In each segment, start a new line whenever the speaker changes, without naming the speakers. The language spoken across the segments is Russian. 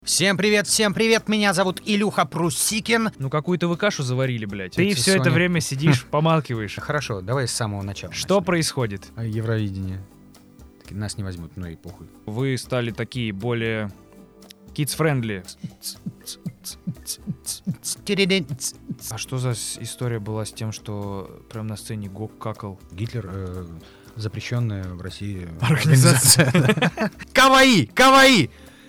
Всем привет, меня зовут Илюха Прусикин.
Ну какую-то вы кашу заварили, блядь. Ты
Эти
все это
Соня-
время сидишь, помалкиваешь.
Хорошо, давай с самого начала.
Что
начнем.
происходит?
Евровидение. Так нас не возьмут, ну и похуй.
Вы стали такие более kids-friendly. А что за история была с тем, что прям на сцене Гог какал?
Гитлер запрещенная в России
Организация.
Каваи!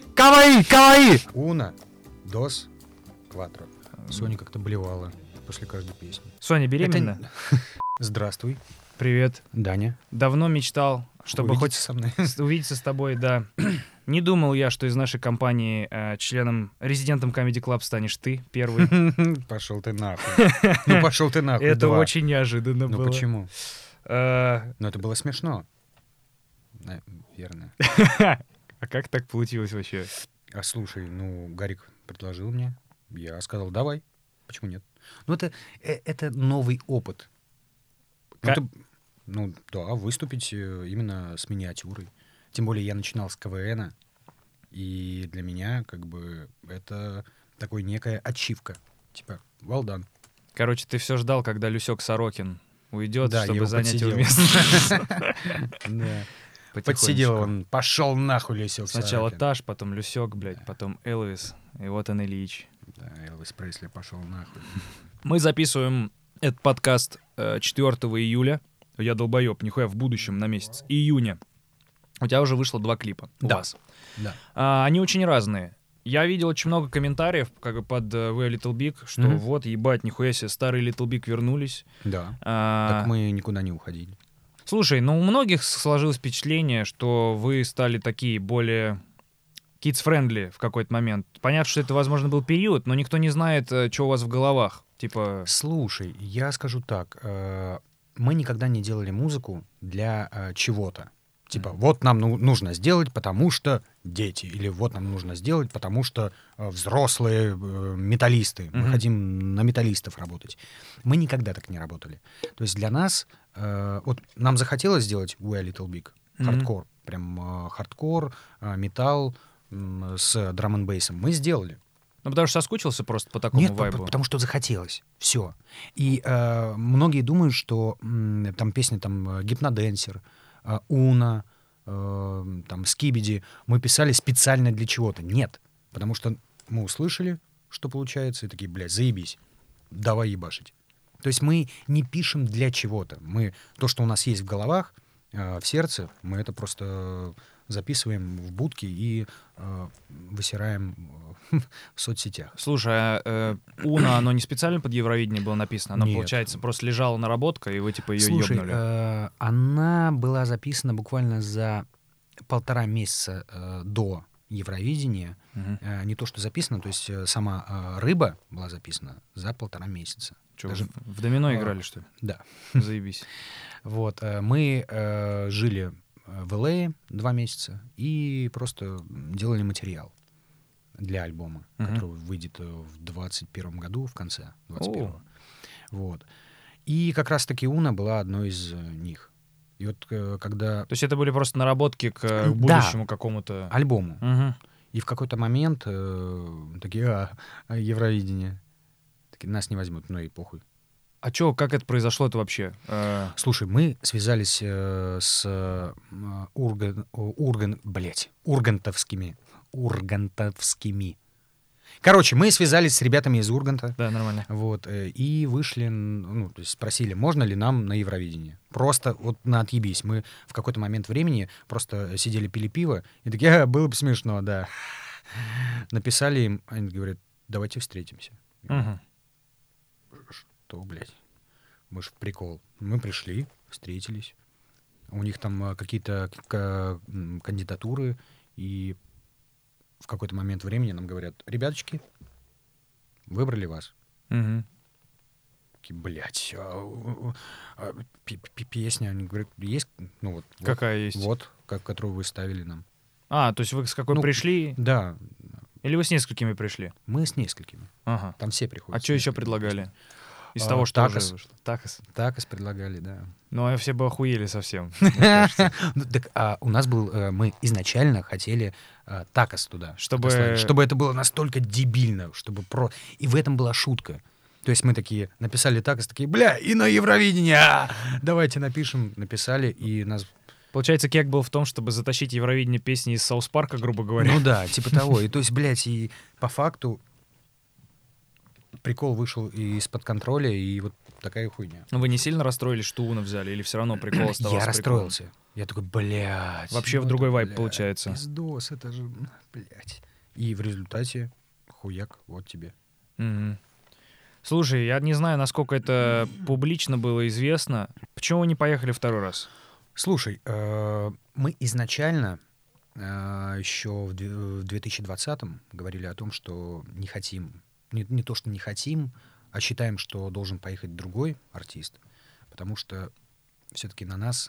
Уна, дос, кватро. Соня как-то блевала после каждой песни.
Соня беременна?
Здравствуй,
Привет.
Даня.
Давно мечтал, чтобы хоть
Увидеться со мной.
увидеться с тобой, да. Не думал я, что из нашей компании резидентом Comedy Club станешь ты, первый.
Пошел ты нахуй. Ну пошел ты нахуй.
Это
два.
очень неожиданно
Ну
было.
почему?
А
Ну это было смешно. Наверное.
как так получилось вообще?
А слушай, ну, Гарик предложил мне, я сказал, давай, почему нет? Ну, это новый опыт. Ну, да, выступить именно с миниатюрой. Тем более я начинал с КВНа, и для меня, как бы, это такой некая ачивка. Типа, well done.
Короче, ты все ждал, когда Люсек Сорокин уйдет,
Да, я
чтобы
его
занять его
подсидел.
место.
Да.
Потихонечку.
Подсидел он, пошел нахуй, Люсек
Сначала
Сорокин.
Таш, потом Люсек, блядь, потом Элвис, и вот он Ильич.
Да, Элвис Пресли пошел нахуй.
Мы записываем этот подкаст 4 июля. Я долбоеб, нихуя в будущем на месяц. Июня. У тебя уже вышло 2 клипа. У
Да.
вас.
Да.
Они очень разные. Я видел очень много комментариев как бы под We Little Big, что
Мгм.
вот, ебать, нихуя себе, старые Little Big вернулись.
Да.
А,
Так мы никуда не уходили.
Слушай, ну у многих сложилось впечатление, что вы стали такие более kids-friendly в какой-то момент. Понятно, что это, возможно, был период, но никто не знает, что у вас в головах. Типа,
Слушай, я скажу так. Мы никогда не делали музыку для чего-то. Типа, вот нам нужно сделать, потому что дети. Или вот нам нужно сделать, потому что взрослые металлисты. Мы
Мгм.
хотим на металлистов работать. Мы никогда так не работали. То есть для нас... вот нам захотелось сделать We Are Little Big.
Мгм.
Хардкор. Прям хардкор, металл с драм-н-бейсом. Мы сделали.
ну потому что соскучился просто по такому
Нет,
вайбу.
потому что захотелось. Все. И многие думают, что там песня там «Гипноденсер», «Уна», там «Скибиди» мы писали специально для чего-то. Нет. Потому что мы услышали, что получается, и такие, блядь, заебись, давай ебашить. То есть мы не пишем для чего-то. Мы то, что у нас есть в головах, в сердце, мы это просто записываем в будке и высираем в соцсетях.
Слушай, а Уна, оно не специально под Евровидение было написано? Оно,
Нет.
получается, просто лежала наработка, и вы, типа, ее
Слушай,
ёбнули?
она была записана буквально за 1,5 месяца до Евровидения.
Мгм.
Не то, что записано, то есть сама рыба была записана за 1,5 месяца.
Чё,
даже-
в домино играли, что ли?
Да.
Заебись.
Вот. Мы жили в Л.А. 2 месяца и просто делали материал для альбома,
Мгм.
который выйдет в 2021 году, в конце 2021.
О.
Вот. И как раз-таки Уна была одной из них. И вот когда...
То есть это были просто наработки к
Да.
будущему какому-то...
Альбому.
Мгм.
И в какой-то момент такие, Евровидение. Такие, нас не возьмут, ну и похуй.
А чё, как это произошло это вообще?
Слушай, мы связались с ургантовскими. Короче, мы связались с ребятами из Урганта.
Да, нормально.
Вот, и вышли, ну, то есть спросили, можно ли нам на Евровидение. Просто вот на отъебись. Мы в какой-то момент времени просто сидели, пили пиво, и такие, было бы смешно, да. Написали им, они говорят, давайте встретимся.
Мгм.
Что, блядь? Мы ж в прикол. Мы пришли, встретились. У них там какие-то кандидатуры, и в какой-то момент времени нам говорят, ребяточки, выбрали вас.
Мгм.
Такие, блядь, песня, они говорят, есть, ну вот.
Какая есть?
Вот, которую вы ставили нам.
А, то есть вы с какой
Ну,
пришли?
Да,
Или вы с несколькими пришли?
мы с несколькими.
Ага.
Там все
А
приходят.
что
с
еще
несколькими
предлагали?
песнями.
Из того, что уже
Такос.
вышло. Такос.
Такос предлагали, да.
Ну, все бы охуели совсем, мне кажется.
Ну, так у нас был, мы изначально хотели такос туда
Чтобы-
отослать, чтобы это было настолько дебильно, чтобы И в этом была шутка. То есть мы такие написали такос, такие, бля, и на Евровидение, давайте напишем, написали, и нас...
Получается, кек был в том, чтобы затащить Евровидение песни из Саус Парка, грубо говоря.
Ну да, типа того. И то есть, блядь, и по факту прикол вышел из-под контроля, и вот такая хуйня.
Ну, вы не сильно расстроились, что Уна взяли, или все равно прикол оставался
Я
приколом?
расстроился. Я такой, блядь.
Вообще в
ну
другой
это,
вайб
блядь,
получается.
Пиздос, это же, блядь. И в результате хуяк, вот тебе.
Мгм. Слушай, я не знаю, насколько это публично было известно. Почему вы не поехали второй раз?
Слушай, мы изначально еще в 2020-м говорили о том, что не хотим, не то, что не хотим, а считаем, что должен поехать другой артист, потому что все-таки на нас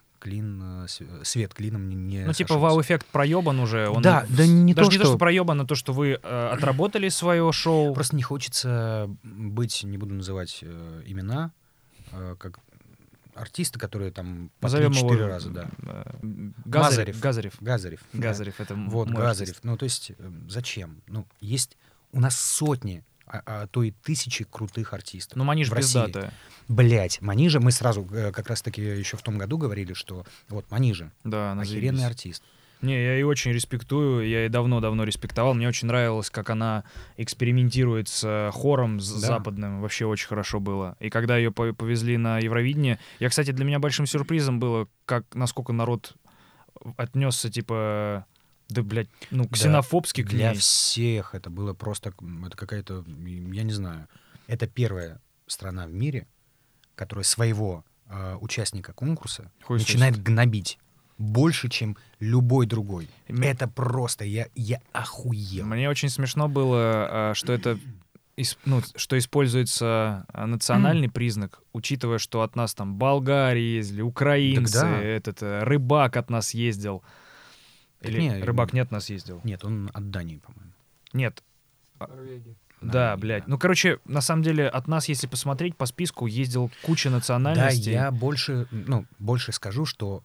свет клином не
Ну, типа,
сошелся.
вау-эффект проебан уже. Он
Да, да не
даже
то,
не то,
что...
что проебан, а то, что вы отработали свое шоу.
Просто не хочется быть, не буду называть имена, как артисты, которые там по
Назовем
3-4
его,
раза, да.
Газарев. Газарев.
Газарев. да.
Газарев, это
Вот,
мой
Газарев.
артист.
Ну, то есть, зачем? Ну, есть у нас сотни, а то и тысячи крутых артистов.
Ну, Маниш
в России.
пиздатая.
Блять, Манижа, мы сразу как раз-таки еще в том году говорили, что вот Манижа,
Да, она
охеренный
заебись.
артист.
Не, я ее очень респектую, я ее давно-давно респектовал. Мне очень нравилось, как она экспериментирует с хором
Да.
западным. Вообще очень хорошо было. И когда ее повезли на Евровидение... Кстати, для меня большим сюрпризом было, насколько народ отнесся, типа... Да, блядь, ну,
Да,
ксенофобски к
Для
ней.
всех это было просто, это какая-то, я не знаю, это первая страна в мире, которая своего участника конкурса
Хуй
начинает
сосет.
гнобить больше, чем любой другой.
Мне-
Это просто, я охуел.
Мне очень смешно было, что это... что используется национальный признак, учитывая, что от нас там болгари ездили, украинцы,
Так да.
этот рыбак от нас ездил.
Так
Или
не,
рыбак не от нас ездил.
Нет, он от Дании, по-моему.
Нет.
Норвегия.
Да,
Норвегия,
блядь.
да.
Ну, короче, на самом деле, от нас, если посмотреть по списку, ездил куча
Да,
национальностей.
я больше скажу, что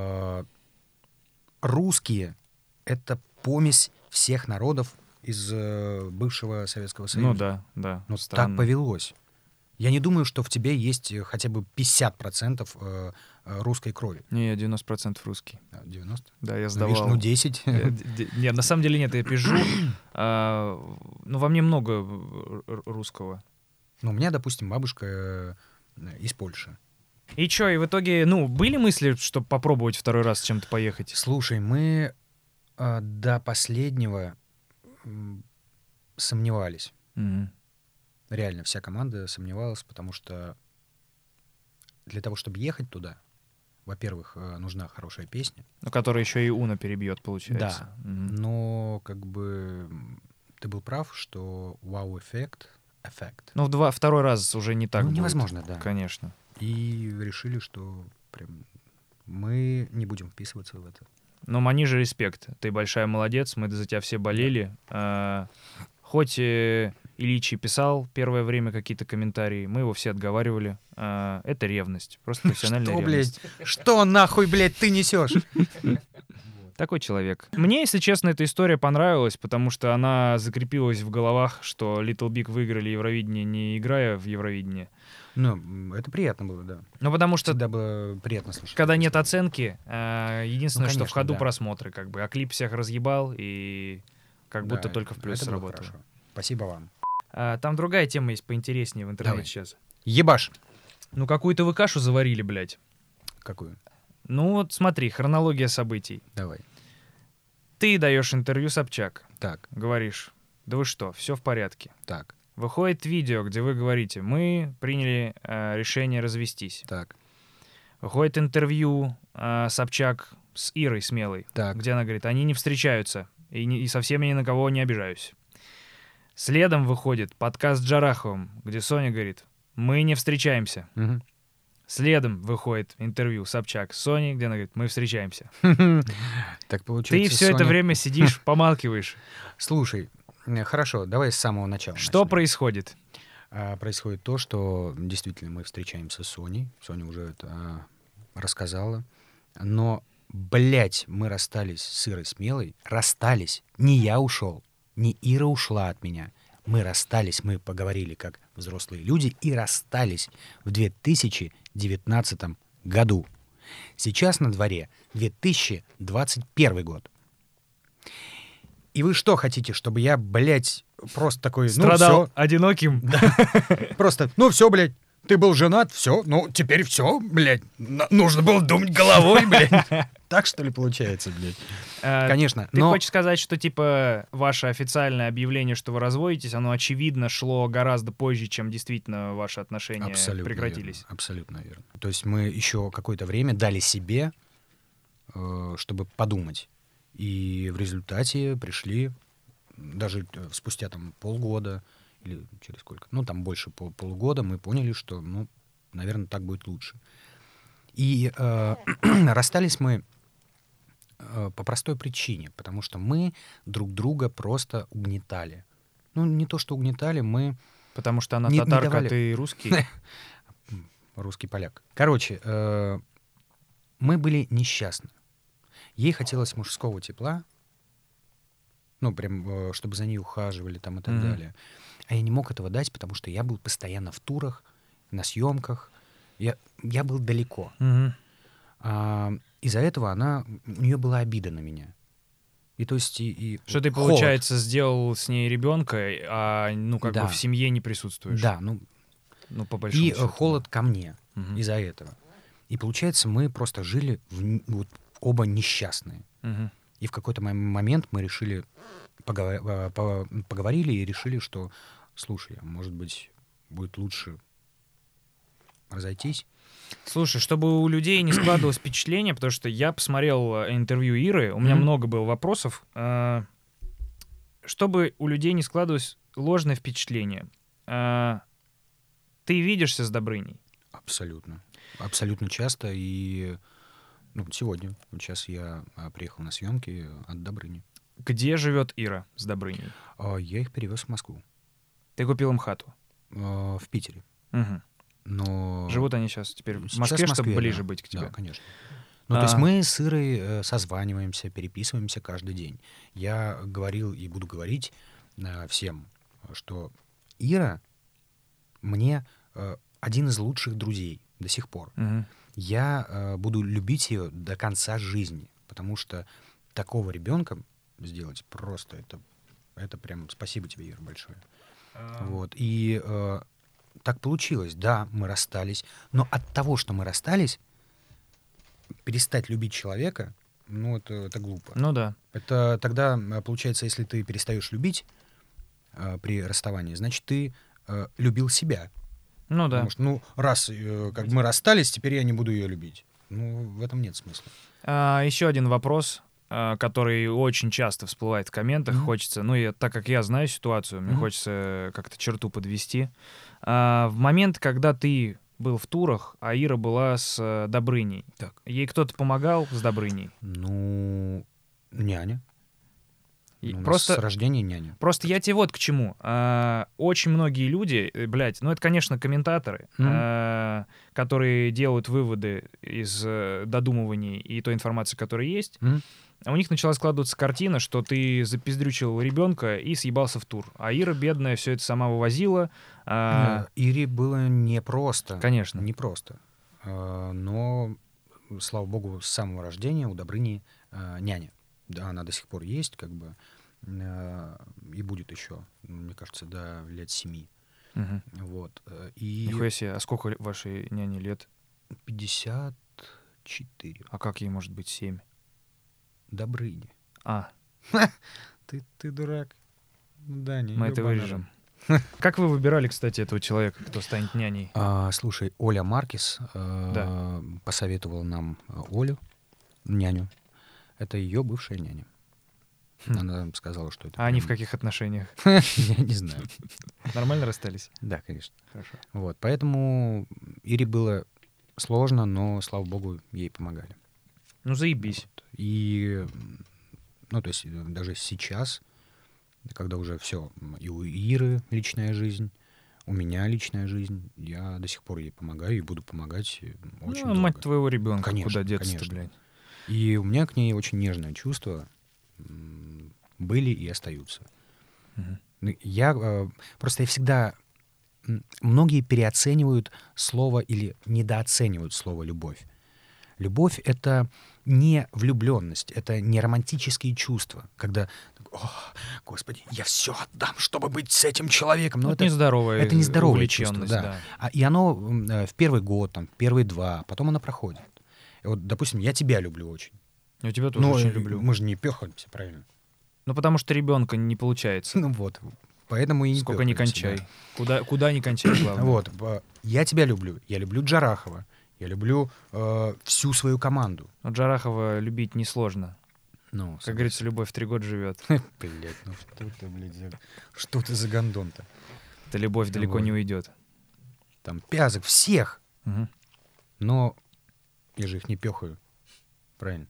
русские — это помесь всех народов из бывшего Советского Союза.
Ну да, да.
Ну,
странно.
так повелось. Я не думаю, что в тебе есть хотя бы 50% русской крови.
Не, я 90% русский.
90?
Да, я
Ну,
сдавал.
видишь, 10.
Нет, на самом деле нет, я пизжу. Ну, во мне много русского.
Ну, у меня, допустим, бабушка из Польши.
И чё, и в итоге, ну, были мысли, чтобы попробовать второй раз с чем-то поехать?
Слушай, мы до последнего сомневались.
Мгм.
Реально, вся команда сомневалась, потому что для того, чтобы ехать туда, во-первых, нужна хорошая песня.
Ну, который еще и Уна перебьет, получается.
Да.
Мгм.
Но как бы ты был прав, что вау-эффект.
Ну, второй раз уже не так
Ну,
будет.
невозможно, да.
Конечно.
И решили, что прям мы не будем вписываться в это.
Но Манижа, респект. Ты большая молодец, мы за тебя все болели. Хоть Ильич и писал первое время какие-то комментарии, мы его все отговаривали. Это ревность, просто профессиональная
Что,
ревность.
блядь? Что нахуй, блядь, ты несешь?
Такой человек. Мне, если честно, эта история понравилась, потому что она закрепилась в головах, что Little Big выиграли Евровидение, не играя в Евровидение.
Ну, это приятно было, да.
Ну, потому что
Всегда было приятно слышать.
когда
такую
нет
историю.
оценки, единственное,
Ну,
что в
конечно,
ходу
да.
просмотры, как бы. А клип всех разъебал, и как будто
Да,
только в плюс
это было
сработало.
хорошо. Спасибо вам.
Там другая тема есть поинтереснее в интернете
Давай.
сейчас.
Ебаш.
Ну, какую-то вы кашу заварили, блядь.
Какую?
Ну, вот смотри, хронология событий.
Давай.
Ты даешь интервью Собчак,
Так,
говоришь, да вы что, все в порядке.
так,
Выходит видео, где вы говорите, мы приняли решение развестись.
так,
Выходит интервью Собчак с Ирой Смелой,
так.
где она говорит, они не встречаются, и совсем я ни на кого не обижаюсь. Следом выходит подкаст с Джараховым, где Соня говорит, мы не встречаемся.
Мгм.
Следом выходит интервью Собчак с Соней, где она говорит, мы встречаемся.
Так
Ты
получается,
все это
Соня-
время сидишь, помалкиваешь.
Слушай, хорошо, давай с самого начала.
Что
начнем.
происходит?
происходит то, что действительно мы встречаемся с Соней. Соня уже это рассказала. Но, блядь, мы расстались с Ирой Смелой. Расстались. Не я ушел, не Ира ушла от меня. Мы расстались, мы поговорили как взрослые люди и расстались в 2019 году. Сейчас на дворе 2021 год. И вы что хотите, чтобы я, блядь, просто такой,
Страдал одиноким?
Просто, все, блядь, ты был женат, все, теперь все, блядь, нужно было думать головой, блядь. Так, что ли, получается, блядь? Конечно.
Ты хочешь сказать, что, типа, ваше официальное объявление, что вы разводитесь, оно, очевидно, шло гораздо позже, чем действительно ваши отношения прекратились?
Верно, абсолютно верно. То есть мы еще какое-то время дали себе, чтобы подумать. И в результате пришли, даже спустя там полгода, или через сколько, там больше полугода, мы поняли, что, наверное, так будет лучше. И расстались мы по простой причине, потому что мы друг друга просто угнетали. Не то, что угнетали, мы...
Потому что она татарка, а ты русский?
Русский поляк. Короче, мы были несчастны. Ей хотелось мужского тепла, прям, чтобы за ней ухаживали там и так далее. А я не мог этого дать, потому что я был постоянно в турах, на съемках. Я был далеко. Из-за этого у нее была обида на меня. И то есть
что ты, получается, сделал с ней ребенка, а бы в семье не присутствуешь.
Да,
по большому счету.
Холод ко мне из-за этого. И получается, мы просто жили оба несчастные. И в какой-то момент мы решили, поговорили и решили, что, слушай, может быть, будет лучше разойтись.
Слушай, чтобы у людей не складывалось впечатление, потому что я посмотрел интервью Иры, у меня много было вопросов, чтобы у людей не складывалось ложное впечатление. Ты видишься с Добрыней?
Абсолютно. Абсолютно часто. И сегодня, сейчас я приехал на съемки от Добрыни.
Где живет Ира с Добрыней?
Я их перевез в Москву.
Ты купил им хату?
В Питере.
Угу.
Но...
Живут они сейчас теперь в Москве, чтобы ближе быть к тебе?
Да, конечно. То есть мы с Ирой созваниваемся, переписываемся каждый день. Я говорил и буду говорить всем, что Ира мне один из лучших друзей до сих пор. Я буду любить ее до конца жизни, потому что такого ребенка сделать просто это прям спасибо тебе, Ира, большое. И так получилось. Да, мы расстались, но от того, что мы расстались, перестать любить человека, это глупо.
Да.
Это тогда, получается, если ты перестаешь любить при расставании, значит, ты любил себя.
Да.
Потому что, раз как мы расстались, теперь я не буду ее любить. В этом нет смысла.
Еще один вопрос, который очень часто всплывает в комментах. Хочется, так как я знаю ситуацию, мне хочется как-то черту подвести. В момент, когда ты был в турах, а Ира была с Добрыней,
так.
Ей кто-то помогал с Добрыней?
Няня.
Просто
с рождения няня.
Просто я тебе вот к чему. Очень многие люди, это, конечно, комментаторы, которые делают выводы из додумываний и той информации, которая есть. У них начала складываться картина, что ты запиздрючил ребенка и съебался в тур. А Ира, бедная, все это сама вывозила.
Ире было непросто.
Конечно.
Непросто. Но, слава богу, с самого рождения у Добрыни няня. Да, она до сих пор есть, и будет еще, мне кажется, до лет 7. Вот.
Нихуя себе. А сколько вашей няне лет?
54.
А как ей может быть 7?
Добрыни. Ты дурак. Да, не.
Мы это вырежем. Как вы выбирали, кстати, этого человека, кто станет няней?
Слушай, Оля Маркес посоветовала нам Олю, няню. Это ее бывшая няня. Она сказала, что это...
А они в каких отношениях?
Я не знаю.
Нормально расстались?
Да, конечно.
Хорошо.
Вот, поэтому Ире было сложно, но, слава богу, ей помогали.
Заебись.
Вот. И, то есть даже сейчас, когда уже все, и у Иры личная жизнь, у меня личная жизнь, я до сих пор ей помогаю и буду помогать очень
Ну,
долго.
мать твоего ребенка,
Конечно,
куда деться-то,
конечно.
блядь.
И у меня к ней очень нежные чувства были и остаются.
Мгм.
Просто я всегда... Многие переоценивают слово или недооценивают слово «любовь». Любовь — это не влюбленность, это не романтические чувства, когда «О, Господи, я все отдам, чтобы быть с этим человеком». Но
Ну, это нездоровое
это нездоровое чувство,
увлеченность,
да.
да.
И оно в первый год, там, первые 2, потом оно проходит. И вот, допустим, я тебя люблю очень.
Я тебя тоже
Но
очень люблю.
мы же не пёхаемся, правильно?
Ну, потому что ребенка не получается.
Ну вот, поэтому и не
Сколько ни
пёхаемся, да.
кончай. Куда ни кончай, главное.
Вот, я тебя люблю. Я люблю Джарахова. Я люблю всю свою команду.
Но Джарахова любить несложно.
Ну,
Как говорится, любовь 3 года живет.
блядь, ну что ты, блядь, что ты за гондон-то?
Эта любовь далеко
Вот.
не уйдет.
Там Пязок, всех.
Мгм.
Но я же их не пёхаю. Правильно?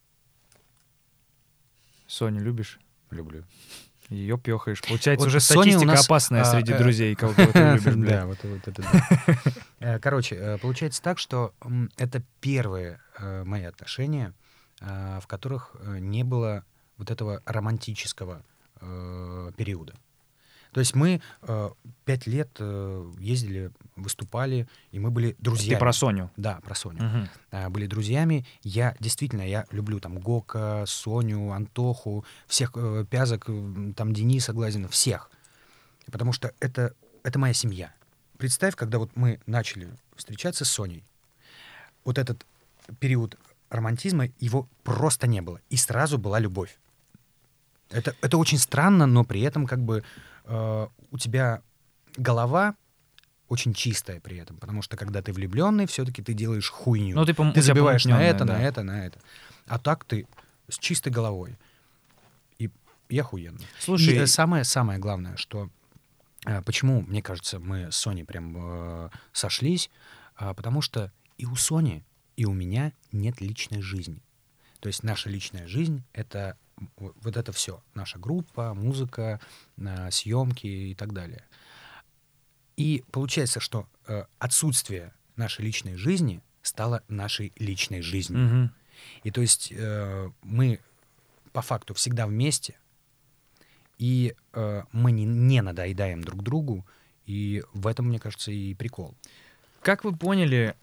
Соню любишь?
Люблю.
Ее пехаешь. Получается,
Вот
уже
Соня у
статистика
нас,
опасная среди друзей, кого ты любишь,
Да,
блядь.
вот это да. Короче, получается так, что это первые мои отношения, в которых не было вот этого романтического периода. То есть мы 5 лет ездили, выступали, и мы были друзьями.
Ты про Соню.
Да, про Соню.
Мгм.
Были друзьями. Я люблю там Гока, Соню, Антоху, всех Пязок, там Дениса Глазина, всех. Потому что это моя семья. Представь, когда вот мы начали встречаться с Соней, вот этот период романтизма, его просто не было. И сразу была любовь. Это очень странно, но при этом как бы у тебя голова очень чистая при этом, потому что когда ты влюбленный, все-таки ты делаешь хуйню.
Ну, ты
Ты забиваешь на это,
помутнённая,
на
да.
это, на это. А так ты с чистой головой. И охуенно.
Слушай,
И самое главное, что почему, мне кажется, мы с Соней прям сошлись, потому что и у Сони, и у меня нет личной жизни. То есть наша личная жизнь — это вот это все. Наша группа, музыка, съемки и так далее. И получается, что отсутствие нашей личной жизни стало нашей личной жизнью.
Мгм.
И то есть мы по факту всегда вместе, и мы не надоедаем друг другу, и в этом, мне кажется, и прикол.
Как вы поняли,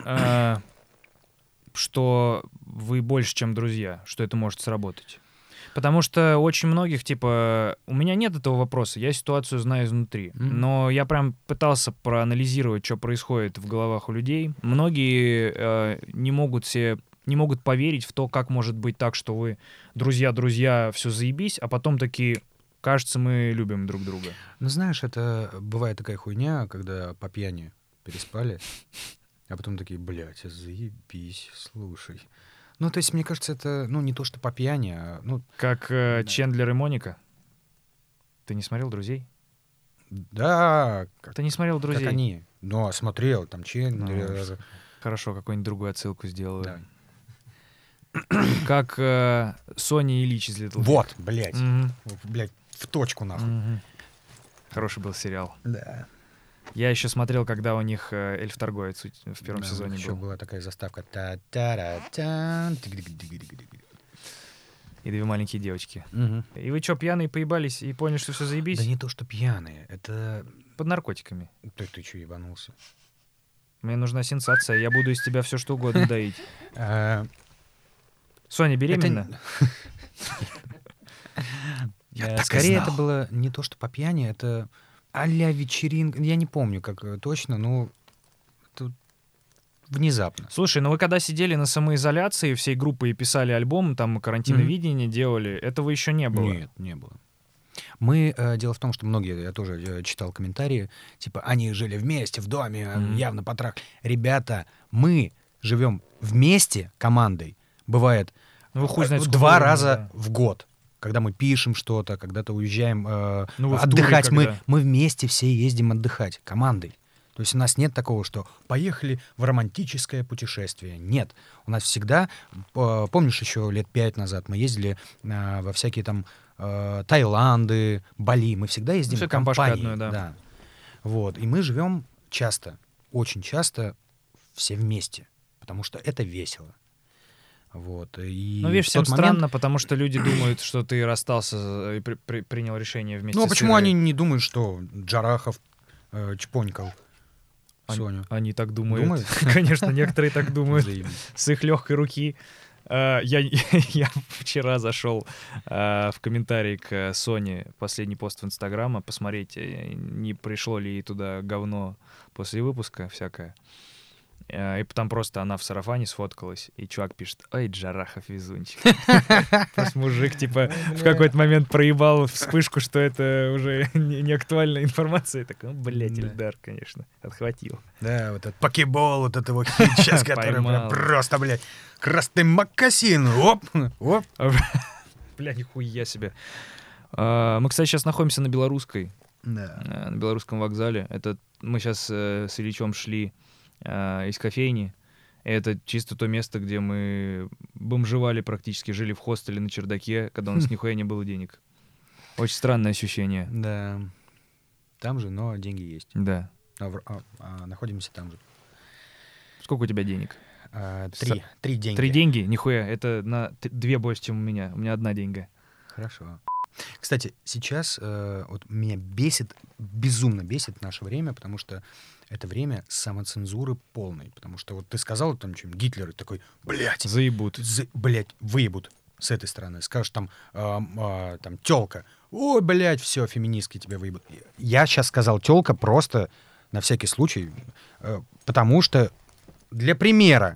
что вы больше, чем друзья, что это может сработать? Потому что очень многих, типа, у меня нет этого вопроса, я ситуацию знаю изнутри.
Мгм.
Но я прям пытался проанализировать, что происходит в головах у людей. Многие не могут поверить в то, как может быть так, что вы друзья, все заебись, а потом такие, кажется, мы любим друг друга.
Ну, знаешь, это бывает такая хуйня, когда по пьяни переспали, а потом такие, блядь, заебись, слушай. Ну, то есть, мне кажется, это, ну, не то, что по пьяни, а, ну,
Как
Да.
Чендлер и Моника. Ты не смотрел «Друзей»?
да,
Ты не смотрел «Друзей»?
как они. Ну, а смотрел, там,
Ну,
Чендлер.
Хорошо, какую-нибудь другую отсылку сделаю.
Да.
Как Соня и Ильич из Little Big.
Вот, блядь,
Мгм.
блядь, в точку, нахуй.
Мгм. Хороший был сериал.
Да.
Я еще смотрел, когда у них эльф-торговец в первом сезоне
Еще
был.
была такая заставка. Та-та-ра-тан, тык-дык-дык-дык-дык.
И 2 маленькие девочки.
Мгм.
И вы что, пьяные поебались и поняли, что все заебись?
Да не то, что пьяные, это...
Под наркотиками.
Ты что, ебанулся?
Мне нужна сенсация, я буду из тебя все что угодно доить.
А,
Соня беременна?
Я
так и
скорее
знал.
это было не то, что по пьяни, это а-ля вечеринка. Я не помню, как точно, но тут внезапно.
Слушай, ну вы когда сидели на самоизоляции всей группой и писали альбом, там карантиновидение делали, этого еще не было.
Нет, не было. Мы, дело в том, что многие, я тоже читал комментарии, типа, они жили вместе в доме,
Мгм.
явно потрах. Ребята, мы живем вместе командой, бывает,
Ну вы хуй знает, сколько
2
времени,
раза
да.
в год. Когда мы пишем что-то, когда-то уезжаем
Ну, вы в туре
отдыхать,
когда?
мы вместе все ездим отдыхать командой. То есть у нас нет такого, что поехали в романтическое путешествие. Нет. У нас всегда, помнишь, еще лет 5 назад мы ездили во всякие там Таиланды, Бали. Мы всегда ездим
Все
в
компашкой
компании.
одной, да.
Вот. И мы живем часто, очень часто все вместе, потому что это весело. Вот. И
Ну, видишь,
в
всем
тот момент...
странно, потому что люди думают, что ты расстался и принял решение вместе
Ну, а
с
почему
Ирой.
они не думают, что Джарахов чпонькал Соню?
Они так думают.
Думают?
Конечно, некоторые так думают.
Заебись.
С их легкой руки. Я вчера зашел в комментарий к Соне, последний пост в Инстаграма, посмотреть, не пришло ли ей туда говно после выпуска всякое. И там просто она в сарафане сфоткалась, и чувак пишет: «Ой, Джарахов везунчик». Просто мужик, типа, в какой-то момент проебал вспышку, что это уже не актуальная информация. И такой, блядь, Эльдар, конечно, отхватил.
Да, вот этот покебол, вот это вот хит сейчас, который
Поймал.
просто, блядь, красный мокасин. Оп, оп.
Бля, нихуя себе. Мы, кстати, сейчас находимся на Белорусской,
Да.
на Белорусском вокзале. Это мы сейчас с Ильичом шли из кофейни. Это чисто то место, где мы бомжевали практически, жили в хостеле на чердаке, когда у нас нихуя не было денег. Очень странное ощущение.
Да. Там же, но деньги есть.
Да.
Находимся там же.
Сколько у тебя денег?
Три деньги.
3 деньги? Нихуя. Это на 2 больше, чем у меня. У меня 1 деньга.
Хорошо. Кстати, сейчас вот меня безумно бесит наше время, потому что это время самоцензуры полной. Потому что вот ты сказал там что-нибудь, Гитлер, и такой, блядь,
Заебут.
блядь, выебут с этой стороны. Скажешь там тёлка, ой, блядь, все, феминистки тебя выебут. Я сейчас сказал тёлка просто на всякий случай, потому что для примера.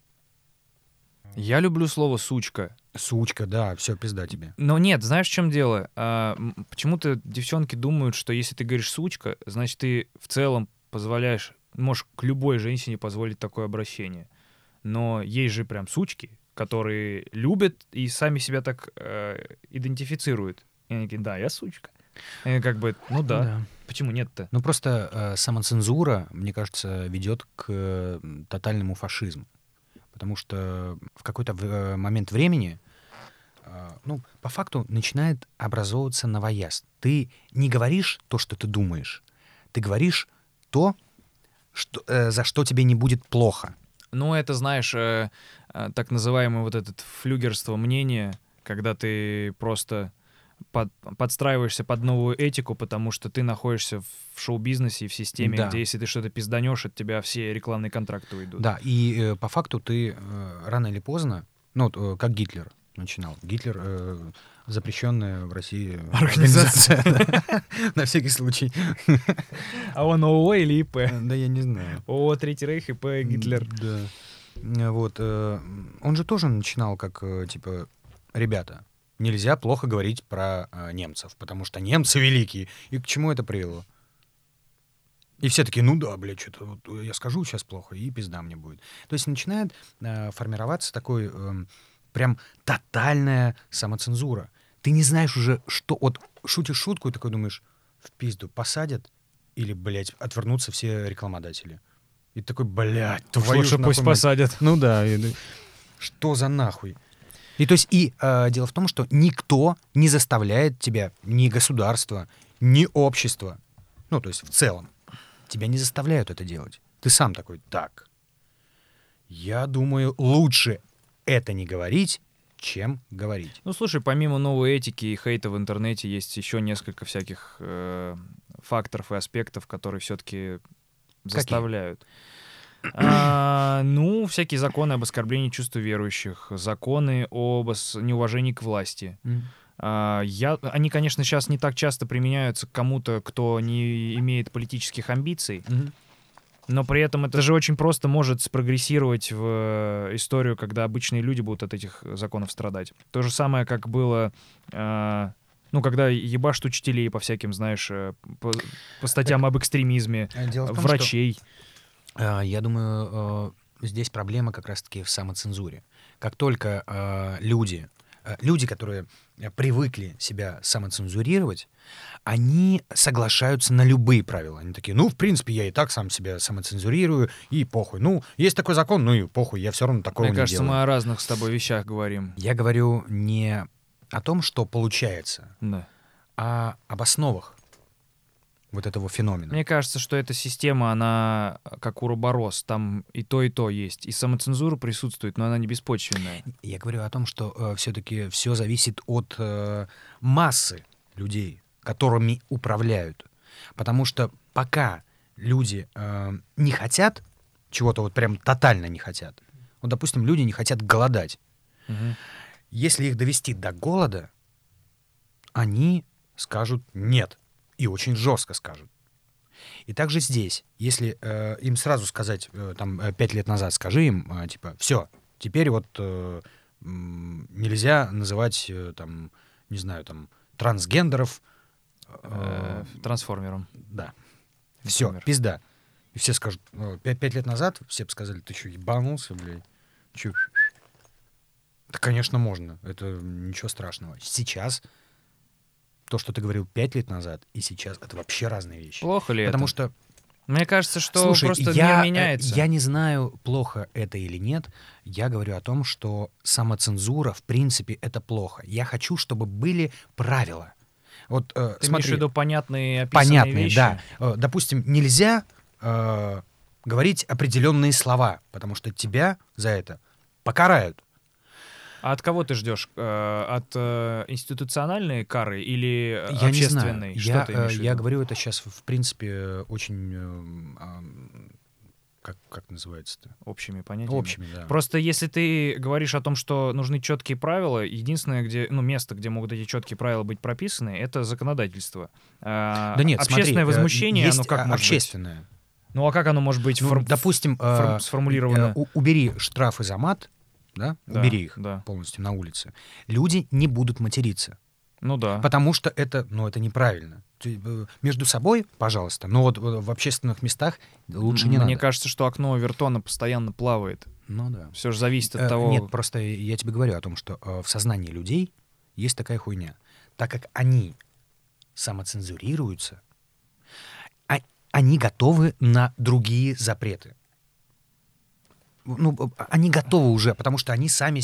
Я люблю слово «сучка».
Сучка, да, все, пизда тебе.
Но нет, знаешь, в чем дело? Почему-то девчонки думают, что если ты говоришь «сучка», значит, ты в целом можешь к любой женщине позволить такое обращение. Но есть же прям сучки, которые любят и сами себя так идентифицируют. И они такие, да, я сучка. И как бы, ну да. Почему нет-то?
Ну просто самоцензура, мне кажется, ведет к тотальному фашизму. Потому что в какой-то момент времени, по факту начинает образовываться новояз. Ты не говоришь то, что ты думаешь. Ты говоришь то, за что тебе не будет плохо.
Ну, это, знаешь, так называемое вот это флюгерство мнения, когда ты просто подстраиваешься под новую этику, потому что ты находишься в шоу-бизнесе и в системе,
Да.
где если ты что-то пизданешь, от тебя все рекламные контракты уйдут.
Да, и по факту ты рано или поздно, как Гитлер начинал. Гитлер запрещенная в России
Организация.
На всякий случай.
А он ООО или ИП?
Да я не знаю.
ООО Третий Рейх, ИП Гитлер.
Да. Вот. Он же тоже начинал как, типа, ребята, нельзя плохо говорить про немцев, потому что немцы великие. И к чему это привело? И все такие, ну да, блядь, что-то вот я скажу сейчас плохо, и пизда мне будет. То есть начинает формироваться такой прям тотальная самоцензура. Ты не знаешь уже, что... Вот шутишь шутку и такой думаешь, в пизду посадят или, блядь, отвернутся все рекламодатели. И ты такой, блядь, твою
Лучше
ж
пусть
нахуй мать.
посадят.
Ну да. Что за нахуй? И то есть дело в том, что никто не заставляет тебя, ни государство, ни общество, ну то есть в целом, тебя не заставляют это делать. Ты сам такой, так, я думаю, лучше это не говорить, чем говорить.
Ну, слушай, помимо новой этики и хейта в интернете, есть еще несколько всяких факторов и аспектов, которые все-таки заставляют. Ну, всякие законы об оскорблении чувств верующих, законы об неуважении к власти. Они, конечно, сейчас не так часто применяются к кому-то, кто не имеет политических амбиций, но при этом это же очень просто может спрогрессировать в историю, когда обычные люди будут от этих законов страдать. То же самое, как было, когда ебашут учителей по всяким, знаешь, по статьям об экстремизме,
Дело в том,
врачей.
Я думаю, здесь проблема как раз-таки в самоцензуре. Как только люди, которые привыкли себя самоцензурировать, они соглашаются на любые правила. Они такие, в принципе, я и так сам себя самоцензурирую, и похуй. Есть такой закон, и похуй, я все равно такого не делаю.
Мне кажется, мы о разных с тобой вещах говорим.
Я говорю не о том, что получается,
Да.
а об основах. вот этого феномена.
Мне кажется, что эта система, она как уроборос. Там и то есть. И самоцензура присутствует, но она не беспочвенная.
Я говорю о том, что все-таки все зависит от массы людей, которыми управляют. Потому что пока люди не хотят, чего-то вот прям тотально не хотят, вот, допустим, люди не хотят голодать.
Мгм.
Если их довести до голода, они скажут «нет». И очень жестко скажут. И также здесь, если им сразу сказать, 5 лет назад скажи им, типа, все, теперь вот нельзя называть, не знаю, трансгендеров.
Трансформером.
Да. Все,
Например.
пизда. И все скажут, 5 лет назад все бы сказали, ты что, ебанулся, блядь? Чё? Да, конечно, можно. Это ничего страшного. Сейчас то, что ты говорил 5 лет назад, и сейчас, это вообще разные вещи.
Плохо ли
Потому
это?
что,
Мне кажется, что
слушай,
просто
я
мир меняется.
я не знаю, плохо это или нет. Я говорю о том, что самоцензура, в принципе, это плохо. Я хочу, чтобы были правила. Вот
Ты имеешь в
смотри,
виду понятные описанные
понятные,
вещи?
да. Допустим, нельзя говорить определенные слова, потому что тебя за это покарают.
А от кого ты ждешь? От институциональной кары или
Я не знаю.
общественной? Что ты имеешь в
Я
виду?
говорю это сейчас, в принципе, очень... как называется-то?
Общими понятиями.
Общими, да.
Просто если ты говоришь о том, что нужны четкие правила, единственное, место, где могут эти четкие правила быть прописаны, это законодательство.
Да нет,
общественное
смотри,
возмущение,
есть
оно как может быть?
общественное.
Ну а как оно может быть
Допустим,
сформулировано?
убери штрафы за мат, да?
Да,
Убери их
да.
полностью на улице. Люди не будут материться.
Ну да.
Потому что это неправильно. Между собой, пожалуйста, но вот в общественных местах лучше не
Мне
надо.
кажется, что окно Овертона постоянно плавает.
Ну да.
Все же зависит от того...
Нет, просто я тебе говорю о том, что в сознании людей есть такая хуйня. Так как они самоцензурируются, они готовы на другие запреты. Они готовы уже, потому что они сами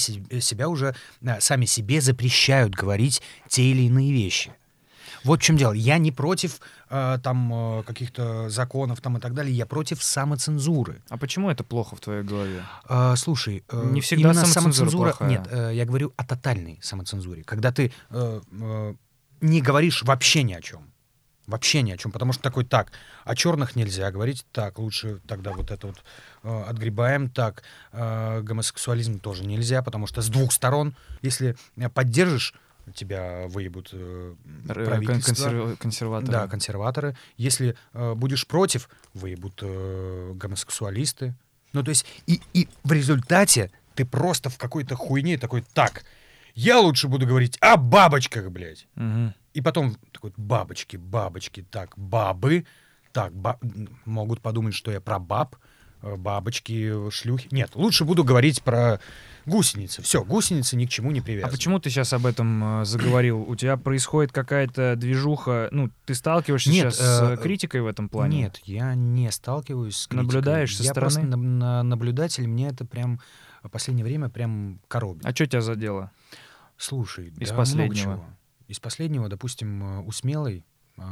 себе запрещают говорить те или иные вещи. Вот в чем дело. Я не против каких-то законов и так далее, я против самоцензуры.
А почему это плохо в твоей голове?
Слушай,
Не всегда
именно
самоцензура плохая.
Нет, я говорю о тотальной самоцензуре, когда ты не говоришь вообще ни о чем. Вообще ни о чем, потому что такой, так, о черных нельзя говорить, так, лучше тогда вот это вот отгребаем, так, гомосексуализм тоже нельзя, потому что с двух сторон, если поддержишь, тебя выебут правительство.
Консерваторы.
Да, консерваторы. Если будешь против, выебут гомосексуалисты. Ну, то есть, и в результате ты просто в какой-то хуйне такой, так, я лучше буду говорить о бабочках, блядь.
Мгм.
И потом такой, бабочки, так, бабы, так, могут подумать, что я про баб, бабочки, шлюхи. Нет, лучше буду говорить про гусеницы. Все, гусеницы ни к чему не
А
привязаны.
почему ты сейчас об этом заговорил? У тебя происходит какая-то движуха... Ну, ты сталкиваешься
Нет,
сейчас с критикой в этом плане?
Нет, я не сталкиваюсь с критикой.
Наблюдаешь со
я
стороны?
просто наблюдатель, мне это прям в последнее время прям коробит.
А что тебя задело?
Слушай,
Из
да
последнего?
много чего. Из последнего, допустим, у Смелой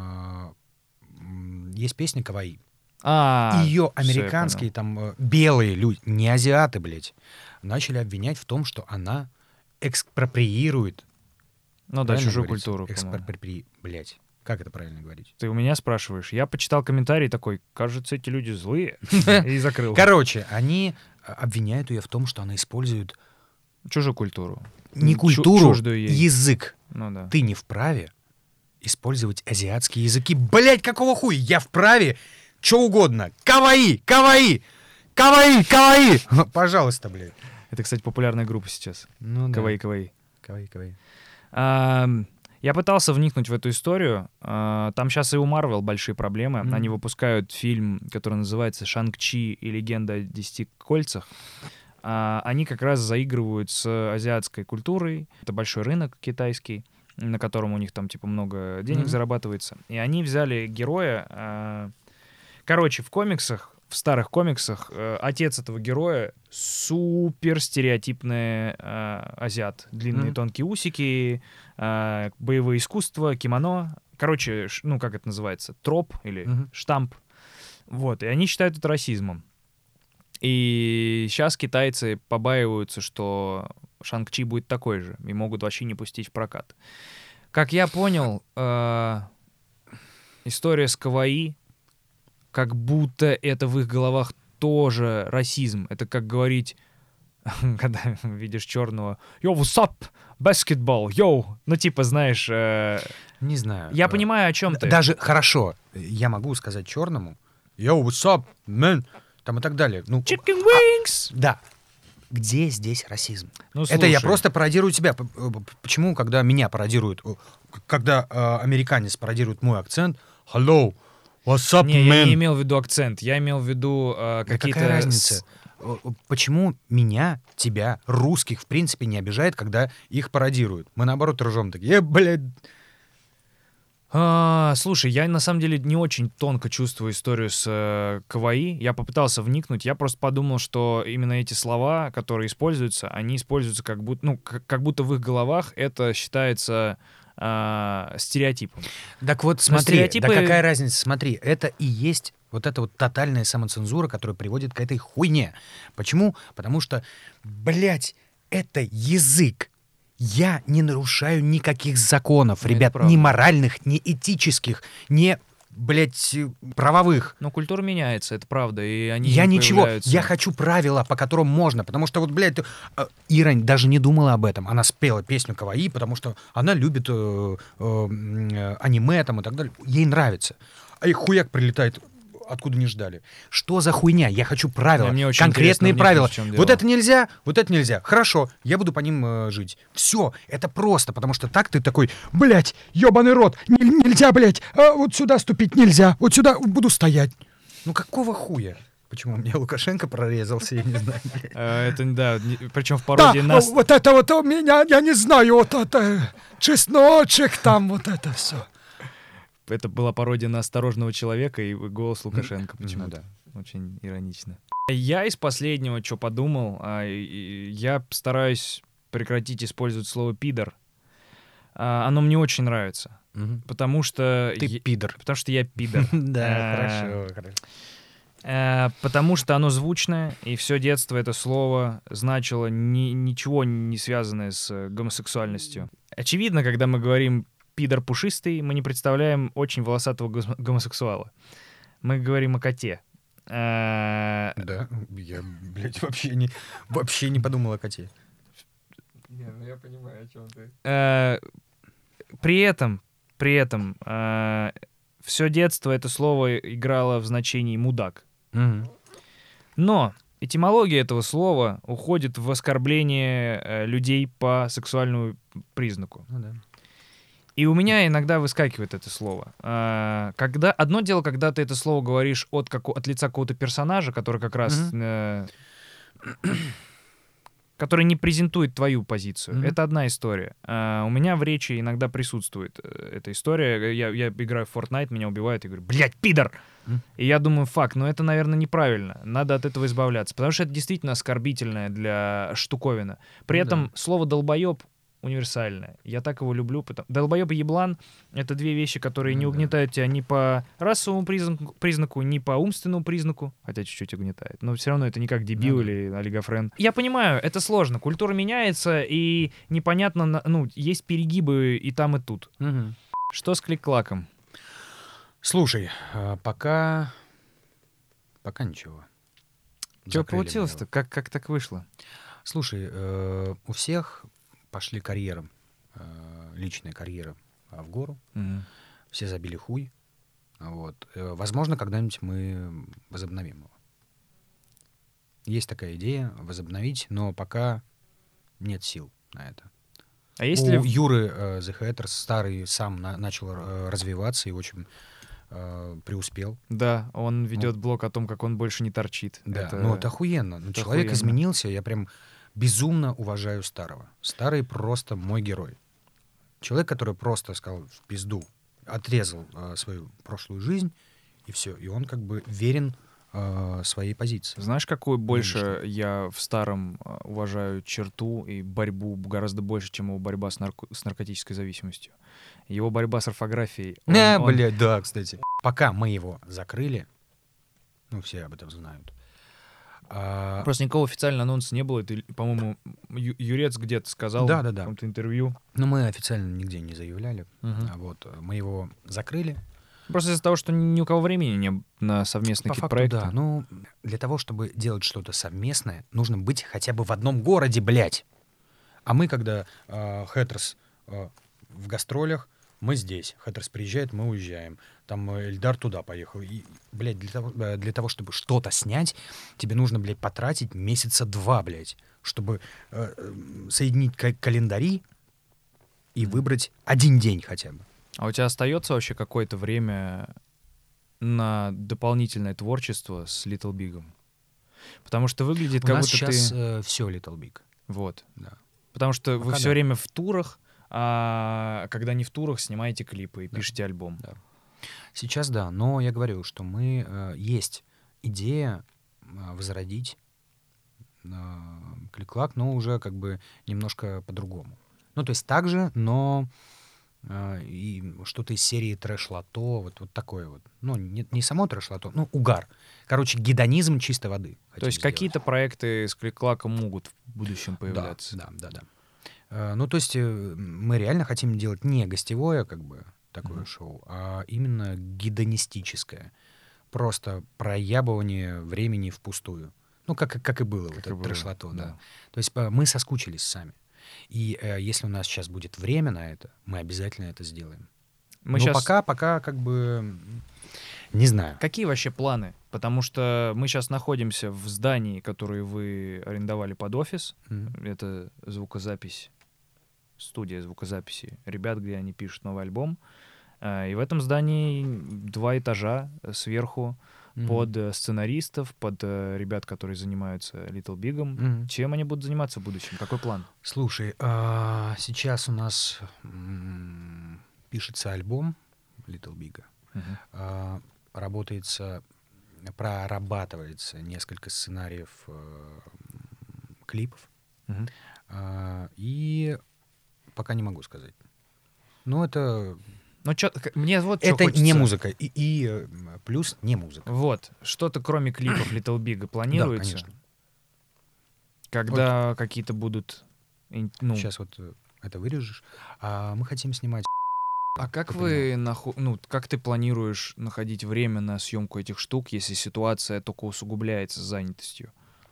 есть песня «Каваи». Ее
всё, я
американские белые люди, не азиаты, блядь, начали обвинять в том, что она экспроприирует.
понял. Ну да,
Правильно
чужую
говорится?
культуру, по-моему.
Блядь, как это правильно говорить?
Ты у меня спрашиваешь. Я почитал комментарий такой, кажется, эти люди злые. И закрыл.
Короче, они обвиняют ее в том, что она использует
Чужую культуру.
не культуру,
Чуждую ей.
язык.
Ну да.
Ты не вправе использовать азиатские языки. Блять, какого хуя? Я вправе что угодно. Каваи, каваи, каваи, каваи. Пожалуйста, блядь.
Это, кстати, популярная группа сейчас.
Ну
Кавай.
Каваи, каваи.
Я пытался вникнуть в эту историю. Там сейчас и у Marvel большие проблемы.
Мгм.
Они выпускают фильм, который называется «Шанг-Чи и легенда о 10 кольцах». Они как раз заигрывают с азиатской культурой. Это большой рынок китайский, на котором у них там типа много денег
Мгм.
зарабатывается. И они взяли героя. Короче, в старых комиксах, отец этого героя супер стереотипный азиат. Длинные
Мгм.
тонкие усики, боевое искусство, кимоно. короче, ну, как это называется, троп или штамп. Вот, и они считают это расизмом. И сейчас китайцы побаиваются, что Шанг-Чи будет такой же, и могут вообще не пустить в прокат. Как я понял, история с Каваи, как будто это в их головах тоже расизм. Это как говорить, когда видишь черного, «Yo, what's up? Basketball, yo!» Ну, типа, знаешь...
Не знаю.
Я понимаю, о чем ты.
Даже хорошо, я могу сказать черному, «Yo, what's up, man?» Там и так далее. Ну,
Chicken wings!
Да. Где здесь расизм?
Ну,
это я
слушай.
просто пародирую тебя. Почему, когда меня пародируют, когда американец пародирует мой акцент, «Hello, what's up,
Не,
man?»
я не имел в виду акцент, я имел в виду какие-то...
Какая разница? Почему меня, тебя, русских, в принципе, не обижает, когда их пародируют? Мы, наоборот, ржем такие, блядь.
Слушай, я на самом деле не очень тонко чувствую историю с Каваи. Я попытался вникнуть, я просто подумал, что именно эти слова, которые используются, они используются как будто, ну, как будто в их головах это считается стереотипом.
Так вот, смотри,
стереотипы-
да какая разница, смотри, это и есть вот эта вот тотальная самоцензура, которая приводит к этой хуйне. Почему? Потому что, блядь, это язык. Я не нарушаю никаких законов,
Это
ребят,
правда.
ни моральных, ни этических, ни, блядь, правовых.
Но культура меняется, это правда, и они
Я ничего,
появляются.
я хочу правила, по которым можно, потому что вот, блядь, Ира даже не думала об этом. Она спела песню Каваи, потому что она любит аниме там и так далее. Ей нравится. А их хуяк прилетает, откуда не ждали. Что за хуйня? Я хочу правила,
Мне очень
конкретные
интересно
правила.
вникнуть, в чем
Вот
дело.
это нельзя, вот это нельзя. Хорошо, я буду по ним жить. Все, это просто, потому что так ты такой, блядь, ебаный рот, нельзя, блядь, вот сюда ступить нельзя, вот сюда буду стоять. Ну какого хуя? Почему мне Лукашенко прорезался, я не знаю. блядь.
Это, да, причем в
Да,
пародии нас...
вот это вот у меня, я не знаю, вот это чесночек там, вот это все.
Это была пародия на «Осторожного человека» и голос Лукашенко почему-то.
да.
Очень иронично. Я из последнего, что подумал, я стараюсь прекратить использовать слово «пидор». Оно мне очень нравится, потому что...
Ты пидор.
Потому что я пидор.
Да, хорошо.
Потому что оно звучное, и все детство это слово значило ничего не связанное с гомосексуальностью. Очевидно, когда мы говорим «пидор пушистый», мы не представляем очень волосатого гомосексуала. Мы говорим о коте.
Да, я, блядь, вообще не подумал о коте.
Я понимаю, о чем ты. При этом все детство это слово играло в значении «мудак». Но этимология этого слова уходит в оскорбление людей по сексуальному признаку.
Ну да.
И у меня иногда выскакивает это слово. Одно дело, когда ты это слово говоришь от лица какого-то персонажа, который как раз... который не презентует твою позицию. Это одна история. У меня в речи иногда присутствует эта история. Я играю в Fortnite, меня убивают, и говорю, блядь, пидор! И я думаю, это, наверное, неправильно. Надо от этого избавляться. Потому что это действительно оскорбительное для штуковина. При этом слово «долбоеб» универсальное. Я так его люблю. Долбоеб и еблан — это две вещи, которые не угнетают тебя ни по расовому признаку, ни по умственному признаку. Хотя чуть-чуть угнетает. Но все равно это не как дебил или олигофрен. Я понимаю, это сложно. Культура меняется, и непонятно, есть перегибы и там, и тут. Что с клик-клаком?
Слушай, пока ничего.
Что
Закрыли
получилось-то?
мы
Как так вышло?
его. Слушай, у всех пошли карьеры, личные карьеры в гору. Все забили хуй. Вот. Возможно, когда-нибудь мы возобновим его. Есть такая идея возобновить, но пока нет сил на это.
А если...
У Юры The Hatters старый сам начал развиваться и очень преуспел.
Да, он ведет блог о том, как он больше не торчит.
Да, это охуенно. Человек
охуенно.
изменился, я прям безумно уважаю старого. Старый просто мой герой. Человек, который просто сказал в пизду, отрезал свою прошлую жизнь, и все. И он как бы верен своей позиции.
Знаешь, какую больше
Нынешний.
я в старом уважаю черту и борьбу гораздо больше, чем его борьба с наркотической зависимостью? Его борьба с орфографией. Он
Блядь, да, кстати. Пока мы его закрыли, ну, все об этом знают.
Просто никакого официального анонса не было. Это, по-моему, Юрец где-то сказал в
Да.
каком-то интервью.
Но мы официально нигде не заявляли.
Мгм.
Вот, мы его закрыли.
Просто из-за того, что ни у кого времени не на совместные
По
какие-то
факту,
проекты.
да. Ну, для того, чтобы делать что-то совместное, нужно быть хотя бы в одном городе, блядь. А мы, когда Хэттерс в гастролях, мы здесь. Хэттерс приезжает, мы уезжаем. Там Эльдар туда поехал. И, блядь, для того, чтобы что-то снять, тебе нужно, блядь, потратить месяца 2, блядь, чтобы соединить календари и выбрать один день хотя бы.
А у тебя остается вообще какое-то время на дополнительное творчество с Little Big? Потому что выглядит,
У
как
нас
будто
сейчас
ты...
все Little Big.
Вот.
Да.
Потому что вы
Пока
все
да.
время в турах, а когда не в турах, снимаете клипы и пишете альбом.
Да. Сейчас да, но я говорю, что мы есть идея возродить Клик-Клак, но уже как бы немножко по-другому. Ну, то есть так же, но и что-то из серии трэш-лото, вот такое вот. Ну, не само трэш-лото, ну, угар. Короче, гедонизм чистой воды.
То есть какие-то проекты с Клик-Клаком могут в будущем появляться.
Да. Ну, то есть мы реально хотим делать не гостевое, как бы, такое шоу, а именно гедонистическое. Просто проябывание времени впустую. Ну, как и было, вот это трэш-лото, да. То есть мы соскучились сами. И если у нас сейчас будет время на это, мы обязательно это сделаем. Но пока как бы не знаю.
Какие вообще планы? Потому что мы сейчас находимся в здании, которое вы арендовали под офис. Это звукозапись, студия звукозаписи ребят, где они пишут новый альбом. И в этом здании 2 этажа сверху под сценаристов, под ребят, которые занимаются Little Big. Чем они будут заниматься в будущем? Какой план?
Слушай, сейчас у нас пишется альбом Little Big. Прорабатывается несколько сценариев клипов. И пока не могу сказать. Но это...
Мне вот
это
хочется.
Не музыка. И плюс не музыка.
Вот. Что-то кроме клипов Little Big планируется?
Да, конечно.
Когда какие-то будут...
Сейчас вот это вырежешь. Мы хотим снимать...
А как как ты планируешь находить время на съемку этих штук, если ситуация только усугубляется с занятостью?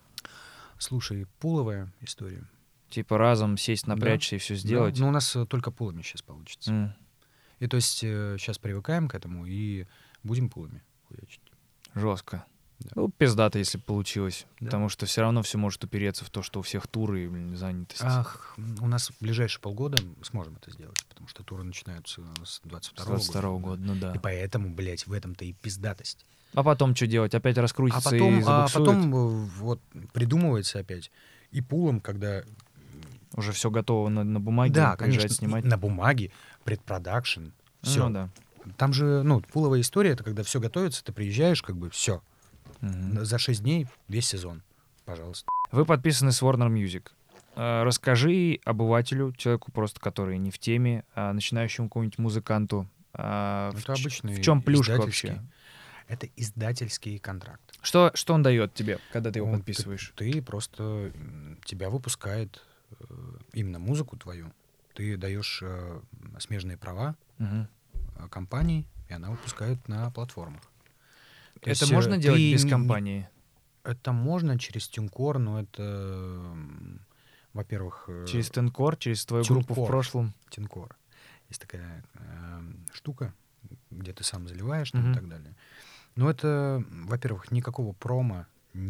Слушай, пуловая история.
Типа разом сесть, напрячься и все сделать?
Да. Но у нас только пулами сейчас получится. И то есть сейчас привыкаем к этому и будем пулами хуячить.
Жестко.
Да.
Ну, пиздато, если получилось.
Да.
Потому что все равно все может упереться в то, что у всех туры и занятости.
У нас в ближайшие полгода сможем это сделать, потому что туры начинаются с 22-го
года. Ну да.
И поэтому, блядь, в этом-то и пиздатость.
А потом что делать? Опять раскрутиться и забуксует?
А потом вот придумывается опять. И пулом, когда...
Уже все готово на бумаге,
да,
приезжать,
конечно,
снимать?
На бумаге, предпродакшн, все.
Ну да.
Там же, пуловая история, это когда все готовится, ты приезжаешь, как бы, все. За 6 дней весь сезон. Пожалуйста.
Вы подписаны с Warner Music. Расскажи обывателю, человеку просто, который не в теме, начинающему какому-нибудь музыканту,
Это обычный
в чем плюшка вообще?
Это издательский контракт.
Что он дает тебе, когда ты его подписываешь?
Ты просто... Тебя выпускает именно музыку твою. Ты даешь смежные права компании, и она выпускает на платформах. То
это
есть,
можно делать без компании?
Это можно через TuneCore, но это, во-первых...
Через TuneCore, через твою группу в прошлом?
TuneCore. Есть такая штука, где ты сам заливаешь там, и так далее. Но это, во-первых, никакого промо,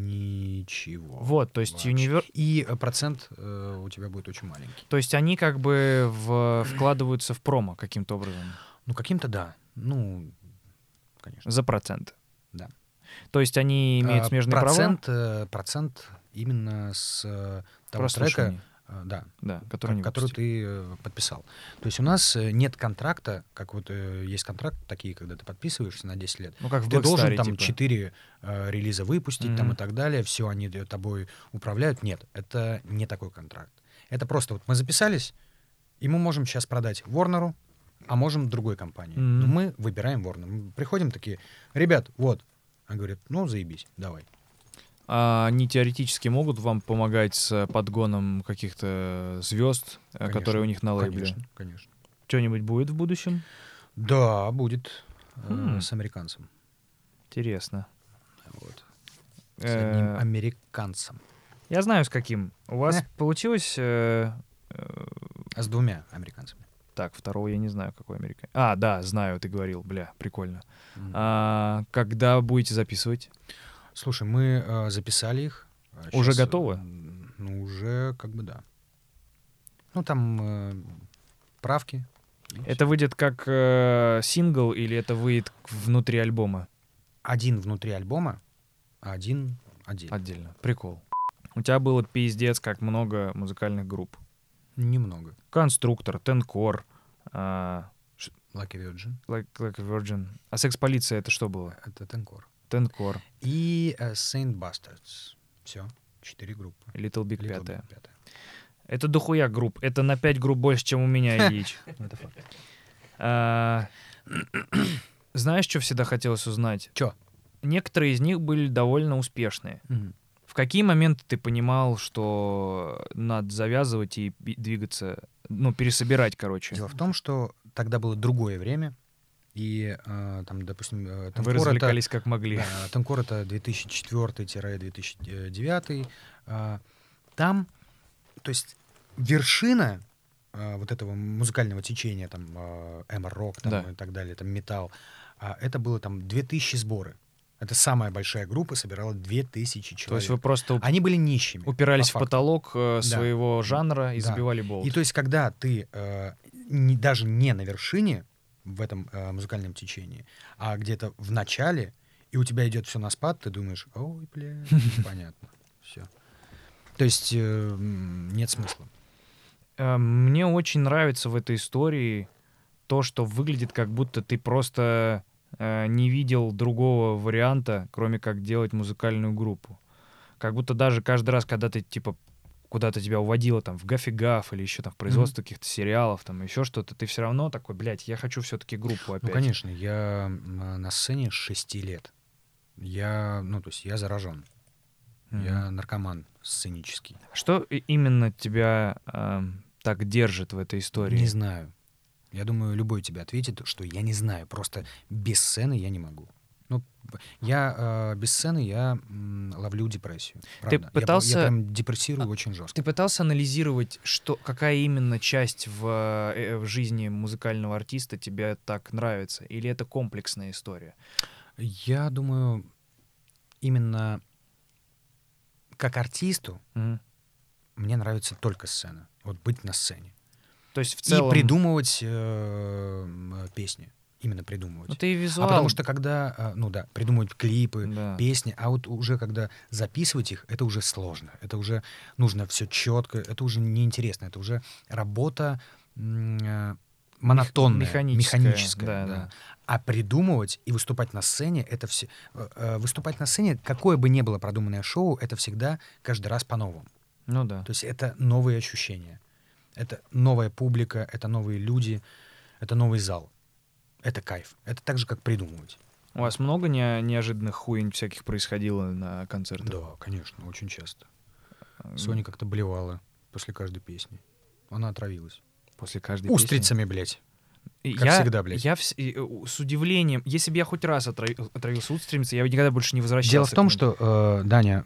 ничего.
Вот, то есть
И процент у тебя будет очень маленький.
То есть они как бы вкладываются в промо каким-то образом?
Ну, каким-то да. Ну, конечно.
За процент?
Да.
То есть они имеют смежные права?
Процент именно с того трека, Да.
Да, который не
Который
выпустили.
ты подписал. То есть у нас нет контракта, как вот есть контракт такие, когда ты подписываешься на 10 лет.
Ну, как в
Ты должен
Blackstar,
там
типа.
4 релиза выпустить там и
Мгм.
так далее, все они тобой управляют. Нет, это не такой контракт. Это просто вот мы записались, и мы можем сейчас продать Ворнеру, а можем другой компании.
Мгм.
Но мы выбираем Ворнер. Мы приходим такие, ребят, вот. Они говорят, ну, заебись, давай.
А они теоретически могут вам помогать с подгоном каких-то звезд, которые у них на лейбле?
Конечно, конечно.
Что-нибудь будет в будущем?
Да, будет
Хм.
с американцем.
Интересно.
Вот. С одним
Э,
американцем.
Я знаю, с каким. У вас получилось...
А с 2 американцами.
Так, второго я не знаю, какой американец. А, да, знаю, ты говорил. Бля, прикольно.
Мгм.
Когда будете записывать?
Слушай, мы записали их.
Уже
Щас,
готовы?
Ну, уже как бы да. Ну, там правки. и
Это
всё.
выйдет как сингл или это выйдет внутри альбома?
Один внутри альбома, а один отдельно.
Отдельно. Прикол. У тебя было пиздец как много музыкальных групп.
Немного.
Конструктор, Тенкор,
Lucky Virgin.
Like Virgin. А Секс-полиция это что было?
Это Тенкор.
Тенкор.
И Saint Bastards. Все. 4 группы.
Little Big
Little
пятая.
Big пятая.
Это дохуя групп. Это на 5 групп больше, чем у меня, Ильич.
Это факт.
Знаешь, что всегда хотелось узнать?
Чё?
Некоторые из них были довольно успешные.
Мгм.
В какие моменты ты понимал, что надо завязывать и двигаться, ну, пересобирать, короче?
Дело в том, что тогда было другое время, и там, допустим,
Вы
Тенкор это...
развлекались как могли.
Да, Тенкор это 2004-2009. Там, то есть вершина вот этого музыкального течения, там, эмо-рок там,
Да.
и так далее, там, металл, это было там 2000 сборы. Это самая большая группа, собирала 2000 человек.
То есть вы просто
Они были нищими.
упирались в
по факту.
потолок своего жанра и
Да.
забивали болт.
И то есть, когда ты даже не на вершине в этом музыкальном течении, а где-то в начале, и у тебя идет все на спад, ты думаешь, ой, бля, понятно, все. То есть нет смысла.
Мне очень нравится в этой истории то, что выглядит как будто ты просто не видел другого варианта, кроме как делать музыкальную группу. Как будто даже каждый раз, когда ты типа куда-то тебя уводило там в Гаффи-Гаф или еще там в производство каких-то сериалов, там еще что-то, ты все равно такой, блядь, я хочу все-таки группу опять.
Ну, конечно, я на сцене с 6 лет. Я заражен. Я наркоман сценический.
Что именно тебя так держит в этой истории?
Не знаю. Я думаю, любой тебе ответит, что я не знаю. Просто без сцены я не могу. Ну, я без сцены я ловлю депрессию. Правда.
пытался-
Я прям депрессирую очень жестко.
Ты пытался анализировать, какая именно часть в жизни музыкального артиста тебе так нравится? Или это комплексная история?
Я думаю, именно как артисту
Мгм.
мне нравится только сцена. Вот быть на сцене.
То есть в целом...
И придумывать песни. Именно придумывать.
Ну ты и визуал.
А потому что когда, придумывать клипы,
Да.
песни, а вот уже когда записывать их, это уже сложно. Это уже нужно все четко, это уже неинтересно. Это уже работа монотонная, механическая.
Да.
А придумывать и выступать на сцене, это все... Выступать на сцене, какое бы ни было продуманное шоу, это всегда каждый раз по-новому.
Ну да.
То есть это новые ощущения. Это новая публика, это новые люди, это новый зал. Это кайф. Это так же, как придумывать.
У вас много неожиданных хуйнь всяких происходило на концертах?
Да, конечно, очень часто. Соня как-то блевала после каждой песни. Она отравилась.
После каждой
Устрицами, блядь.
песни?
Как всегда, блядь.
Я с удивлением... Если бы я хоть раз отравился устрицей, я бы никогда больше не возвращался.
Дело в том,
к ним.
что, Даня,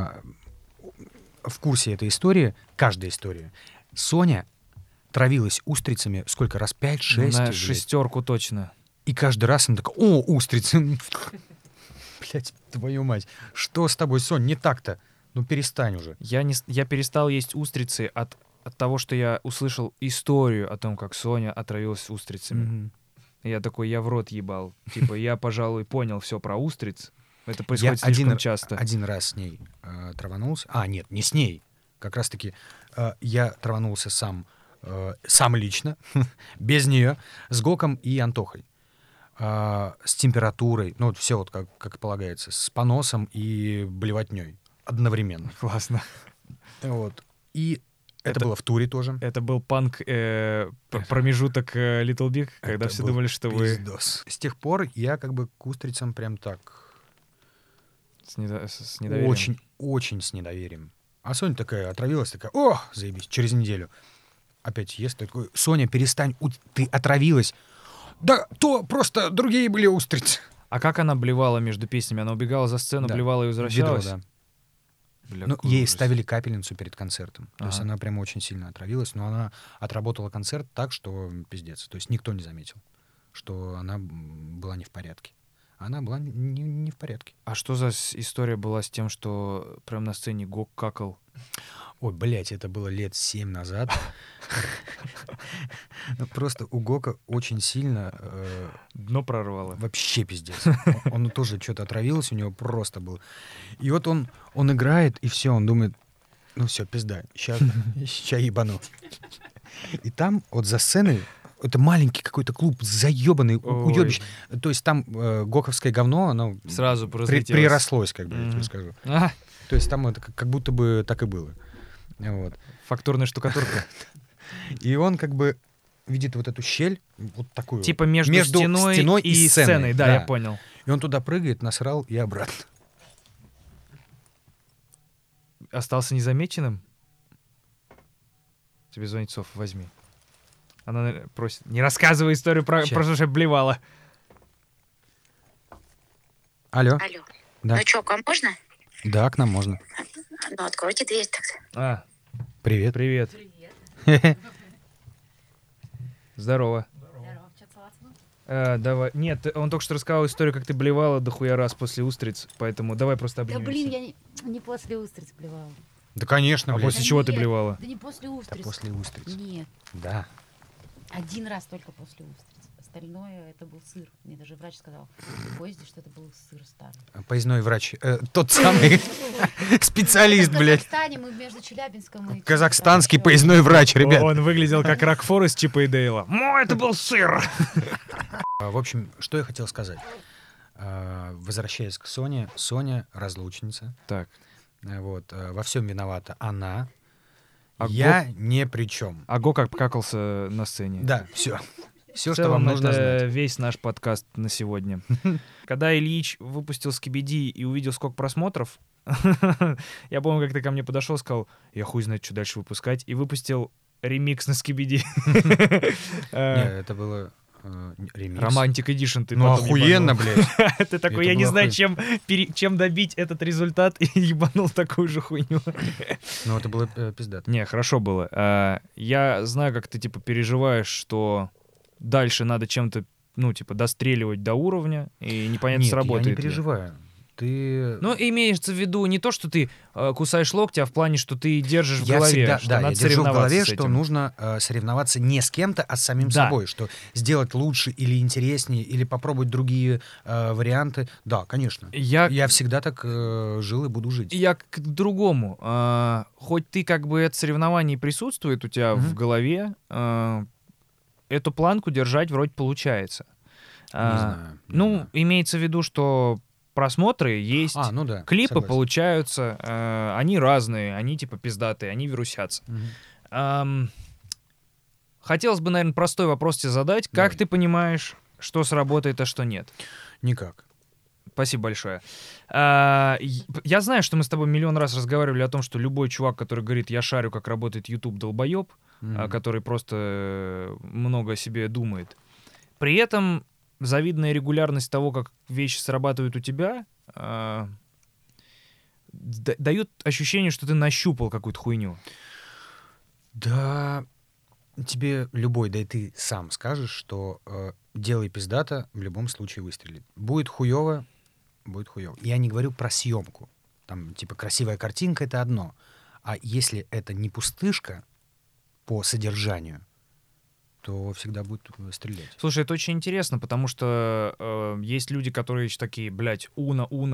в курсе этой истории, каждая история, Соня травилась устрицами сколько раз? 5-6?
На
блядь.
6 точно.
И каждый раз она такая, о, устрицы. Блядь, твою мать. Что с тобой, Сонь, не так-то? Ну перестань уже.
Я перестал есть устрицы от того, что я услышал историю о том, как Соня отравилась устрицами.
Мгм.
Я такой, я в рот ебал. Типа, я, пожалуй, понял все про устриц. Это происходит
Я
слишком часто.
один раз с ней траванулся. А, нет, не с ней. как раз-таки я траванулся сам лично, без нее, с Гоком и Антохой. С температурой, ну вот все вот как полагается, с поносом и блевотней одновременно.
Классно.
Вот. И это было в туре тоже.
Это был промежуток Little Big, когда все думали, что
пиздос. С тех пор я как бы к устрицам прям так...
С недоверием.
Очень, очень с недоверием. А Соня такая отравилась, такая, о, заебись, через неделю. Опять ест, такой, Соня, перестань, ты отравилась. Да, то просто другие были устрицы.
А как она блевала между песнями? Она убегала за сцену,
Да.
блевала и возвращалась?
Ведро, да.
Бля,
Ну,
какой
ей
ужас.
ставили капельницу перед концертом. То есть
Ага.
она прям очень сильно отравилась, но она отработала концерт так, что пиздец. То есть никто не заметил, что она была не в порядке. Она была не в порядке.
А что за история была с тем, что прям на сцене Гок какал?
Ой, блядь, это было лет 7 назад. Просто у Гока очень сильно...
Дно прорвало.
Вообще пиздец. Он тоже что-то отравился, у него просто было. И вот он играет, и все, он думает, ну все, пизда, ща ебану. И там вот за сценой, это маленький какой-то клуб, заебанный, уебищ. То есть там гоковское говно, оно
Сразу разлетелось.
прирослось, как бы, я тебе скажу. То есть там это как будто бы так и было. Вот.
Фактурная штукатурка.
И он как бы видит вот эту щель, вот такую.
Типа между стеной и сценой. Да, я понял.
И он туда прыгает, насрал и обратно.
Остался незамеченным? Тебе звонит Софа, возьми. Она просит, не рассказывай историю про то, что блевала.
Алло.
Алло.
Да.
Ну что, к вам можно?
Да, к нам можно.
Ну, откройте дверь тогда.
Привет.
Привет. Здорово. Давай. Нет, он только что рассказал историю, как ты блевала дохуя раз после устриц, поэтому давай просто
Да
обнимемся.
блин, я не после устриц блевала.
Да, конечно,
А
блядь.
после чего ты
нет,
блевала?
Да не после устриц.
Да после устриц.
Нет,
Да.
один раз только после устриц. Остальное это был сыр. Мне даже врач сказал в поезде, что это был сыр старый.
Поездной врач. Тот самый специалист,
В
блядь.
Казахстане мы между Челябинском и...
Казахстанский
Чебоксаром.
поездной врач, ребят.
Он выглядел как Рокфор из Чипа и Дейла. Это был сыр!
В общем, что я хотел сказать. Возвращаясь к Соне. Соня разлучница.
Так.
Вот. Во всем виновата она.
А
Я ни при чем.
А Го как покакался на сцене.
Да, все. Все,
В
что вам
целом,
нужно
это
знать.
весь наш подкаст на сегодня. Когда Ильич выпустил «Скибиди» и увидел сколько просмотров, я помню, как ты ко мне подошел и сказал, я хуй знает, что дальше выпускать, и выпустил ремикс на «Скибиди».
Не, это было ремикс.
Романтик Эдишн ты
Ну
потом
охуенно,
ебанул.
блядь.
Ты такой,
Это
я не
было
знаю, чем добить этот результат, и ебанул такую же хуйню.
Ну это было пиздато.
Не, хорошо было. Я знаю, как ты, типа, переживаешь, что дальше надо чем-то, ну, типа, достреливать до уровня, и непонятно,
Нет,
сработает
я не
ли.
переживаю. Ты...
Ну, имеется в виду не то, что ты кусаешь локти, а в плане, что ты держишь в
Я
голове,
всегда,
что
да,
надо
я держу в
соревноваться
голове,
с
что
этим.
нужно соревноваться не с кем-то, а с самим
Да.
собой, что сделать лучше или интереснее, или попробовать другие варианты. Да, конечно. Я всегда так жил и буду жить.
Я к другому. Хоть ты как бы это соревнование присутствует у тебя в голове, эту планку держать вроде получается.
Не знаю. не
Ну,
знаю.
имеется в виду, что просмотры есть,
Ну да.
клипы
согласен.
получаются, они разные, они типа пиздатые, они вирусятся.
Мгм.
Хотелось бы, наверное, простой вопрос тебе задать. Как
Давай.
ты понимаешь, что сработает, а что нет?
Никак.
Спасибо большое. Я знаю, что мы с тобой миллион раз разговаривали о том, что любой чувак, который говорит, я шарю, как работает YouTube, долбоеб,
Мгм.
который просто много о себе думает. При этом завидная регулярность того, как вещи срабатывают у тебя, дают ощущение, что ты нащупал какую-то хуйню.
Да, тебе любой, да и ты сам скажешь, что делай пиздата, в любом случае выстрелит. Будет хуёво, будет хуёво. Я не говорю про съемку. Там, типа, красивая картинка — это одно. А если это не пустышка по содержанию, то всегда будет стрелять.
Слушай, это очень интересно, потому что есть люди, которые такие, блядь, уна,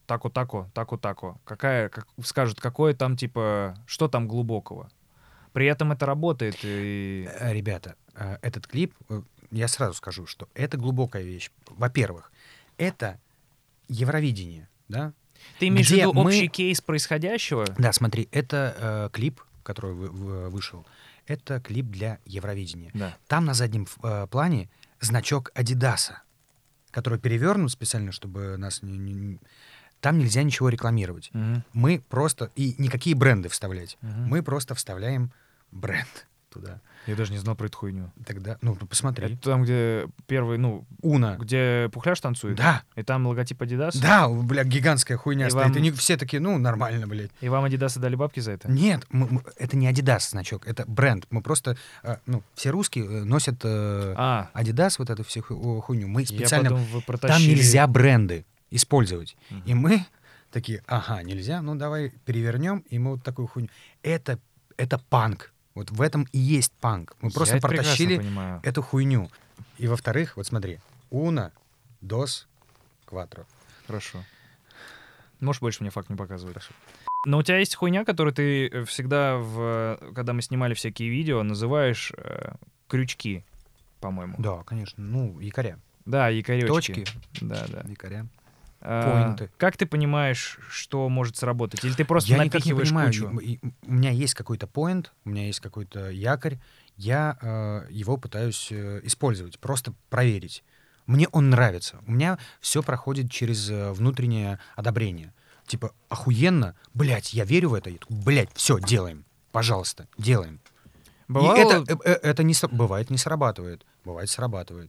тако. Скажут, какое там, типа, что там глубокого. При этом это работает. И...
Ребята, этот клип, я сразу скажу, что это глубокая вещь. Во-первых, это Евровидение, да?
Ты имеешь в
Где
виду
мы-
общий кейс происходящего?
Да, смотри, это клип, который вышел, это клип для Евровидения.
Да.
Там на заднем плане значок Адидаса, который перевернут специально, чтобы нас Там нельзя ничего рекламировать.
Мгм.
Мы просто... И никакие бренды вставлять.
Мгм.
Мы просто вставляем бренд туда.
Я даже не знал про эту хуйню.
Тогда, ну, посмотри.
Это там, где первый,
Уна.
где Пухляш танцует?
Да,
И там логотип Adidas?
да, бля, гигантская хуйня
И
стоит.
вам-
И все такие, нормально, блядь.
И вам Adidas дали бабки за это?
Нет, это не Adidas значок, это бренд. Мы просто, все русские носят Adidas, вот эту всю хуйню. Мы
Я
специально...
подумал, вы
Там
протащили...
нельзя бренды использовать.
Мгм.
И мы такие, нельзя, давай перевернем, и мы вот такую хуйню. Это панк. Вот в этом и есть панк. Мы просто
Я это прекрасно
протащили
понимаю.
эту хуйню. И во-вторых, вот смотри, uno, dos, cuatro.
Хорошо. Можешь больше мне факт не показывать. Но у тебя есть хуйня, которую ты всегда, когда мы снимали всякие видео, называешь крючки, по-моему.
Да, конечно. Якоря.
Да, якорёчки.
Точки.
Да.
Якоря.
А,
Поинты.
как ты понимаешь, что может сработать? Или ты просто
Я никак не
напихиваешь
понимаю.
кучу?
У меня есть какой-то поинт, у меня есть какой-то якорь. Я его пытаюсь использовать, просто проверить. Мне он нравится. У меня все проходит через внутреннее одобрение. Типа, охуенно, блядь, я верю в это. Я такой, блядь, все, делаем. Пожалуйста, делаем.
Бывало-
И это бывает не срабатывает. Бывает срабатывает.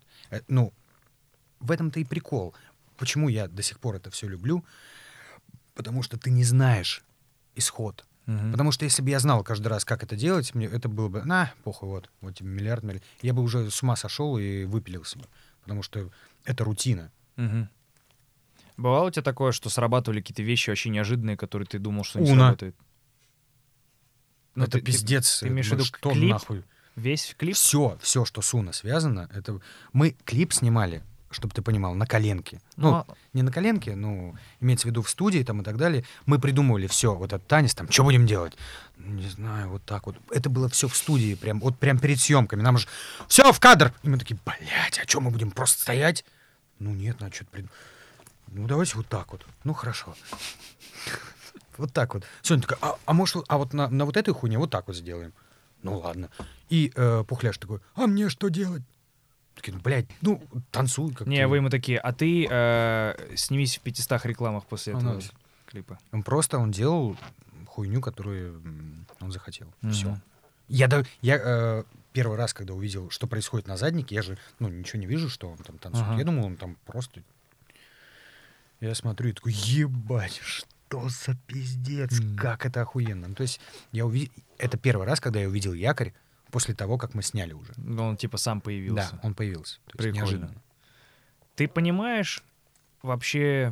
В этом-то и прикол. Почему я до сих пор это все люблю? Потому что ты не знаешь исход.
Мгм.
Потому что если бы я знал каждый раз, как это делать, мне это было бы, похуй, вот тебе миллиард. Я бы уже с ума сошел и выпилился бы. Потому что это рутина.
Мгм. Бывало у тебя такое, что срабатывали какие-то вещи вообще неожиданные, которые ты думал, что не
Уна.
сработает? Ну,
это
ты
пиздец.
ты имеешь в виду
что
клип?
нахуй?
Весь клип?
Все, что с Уна связано, это... Мы клип снимали, чтобы ты понимал, на коленке.
Ну,
Не на коленке, имеется в виду в студии там и так далее. Мы придумывали все, вот этот танец, там, что будем делать? Не знаю, вот так вот. Это было все в студии, прям перед съемками. Нам же все в кадр! И мы такие, блядь, а что, мы будем просто стоять? Нет, надо что-то придумать. Давайте вот так вот. Хорошо. Вот так вот. Соня такая, может, вот на вот этой хуйне вот так вот сделаем? Ладно. И Пухляш такой, мне что делать? Такие, блядь, танцуй как-то.
Не, вы ему такие, а ты снимись в 500 рекламах после этого клипа.
Он делал хуйню, которую он захотел.
Мгм.
Все. Я первый раз, когда увидел, что происходит на заднике, я же, ничего не вижу, что он там танцует.
Ага.
Я думал, он там просто... Я смотрю и такой, ебать, что за пиздец, как это охуенно. То есть это первый раз, когда я увидел якорь после того, как мы сняли уже.
Ну, он типа сам появился.
Да, он появился. То есть
Прикольно.
неожиданно.
Ты понимаешь вообще,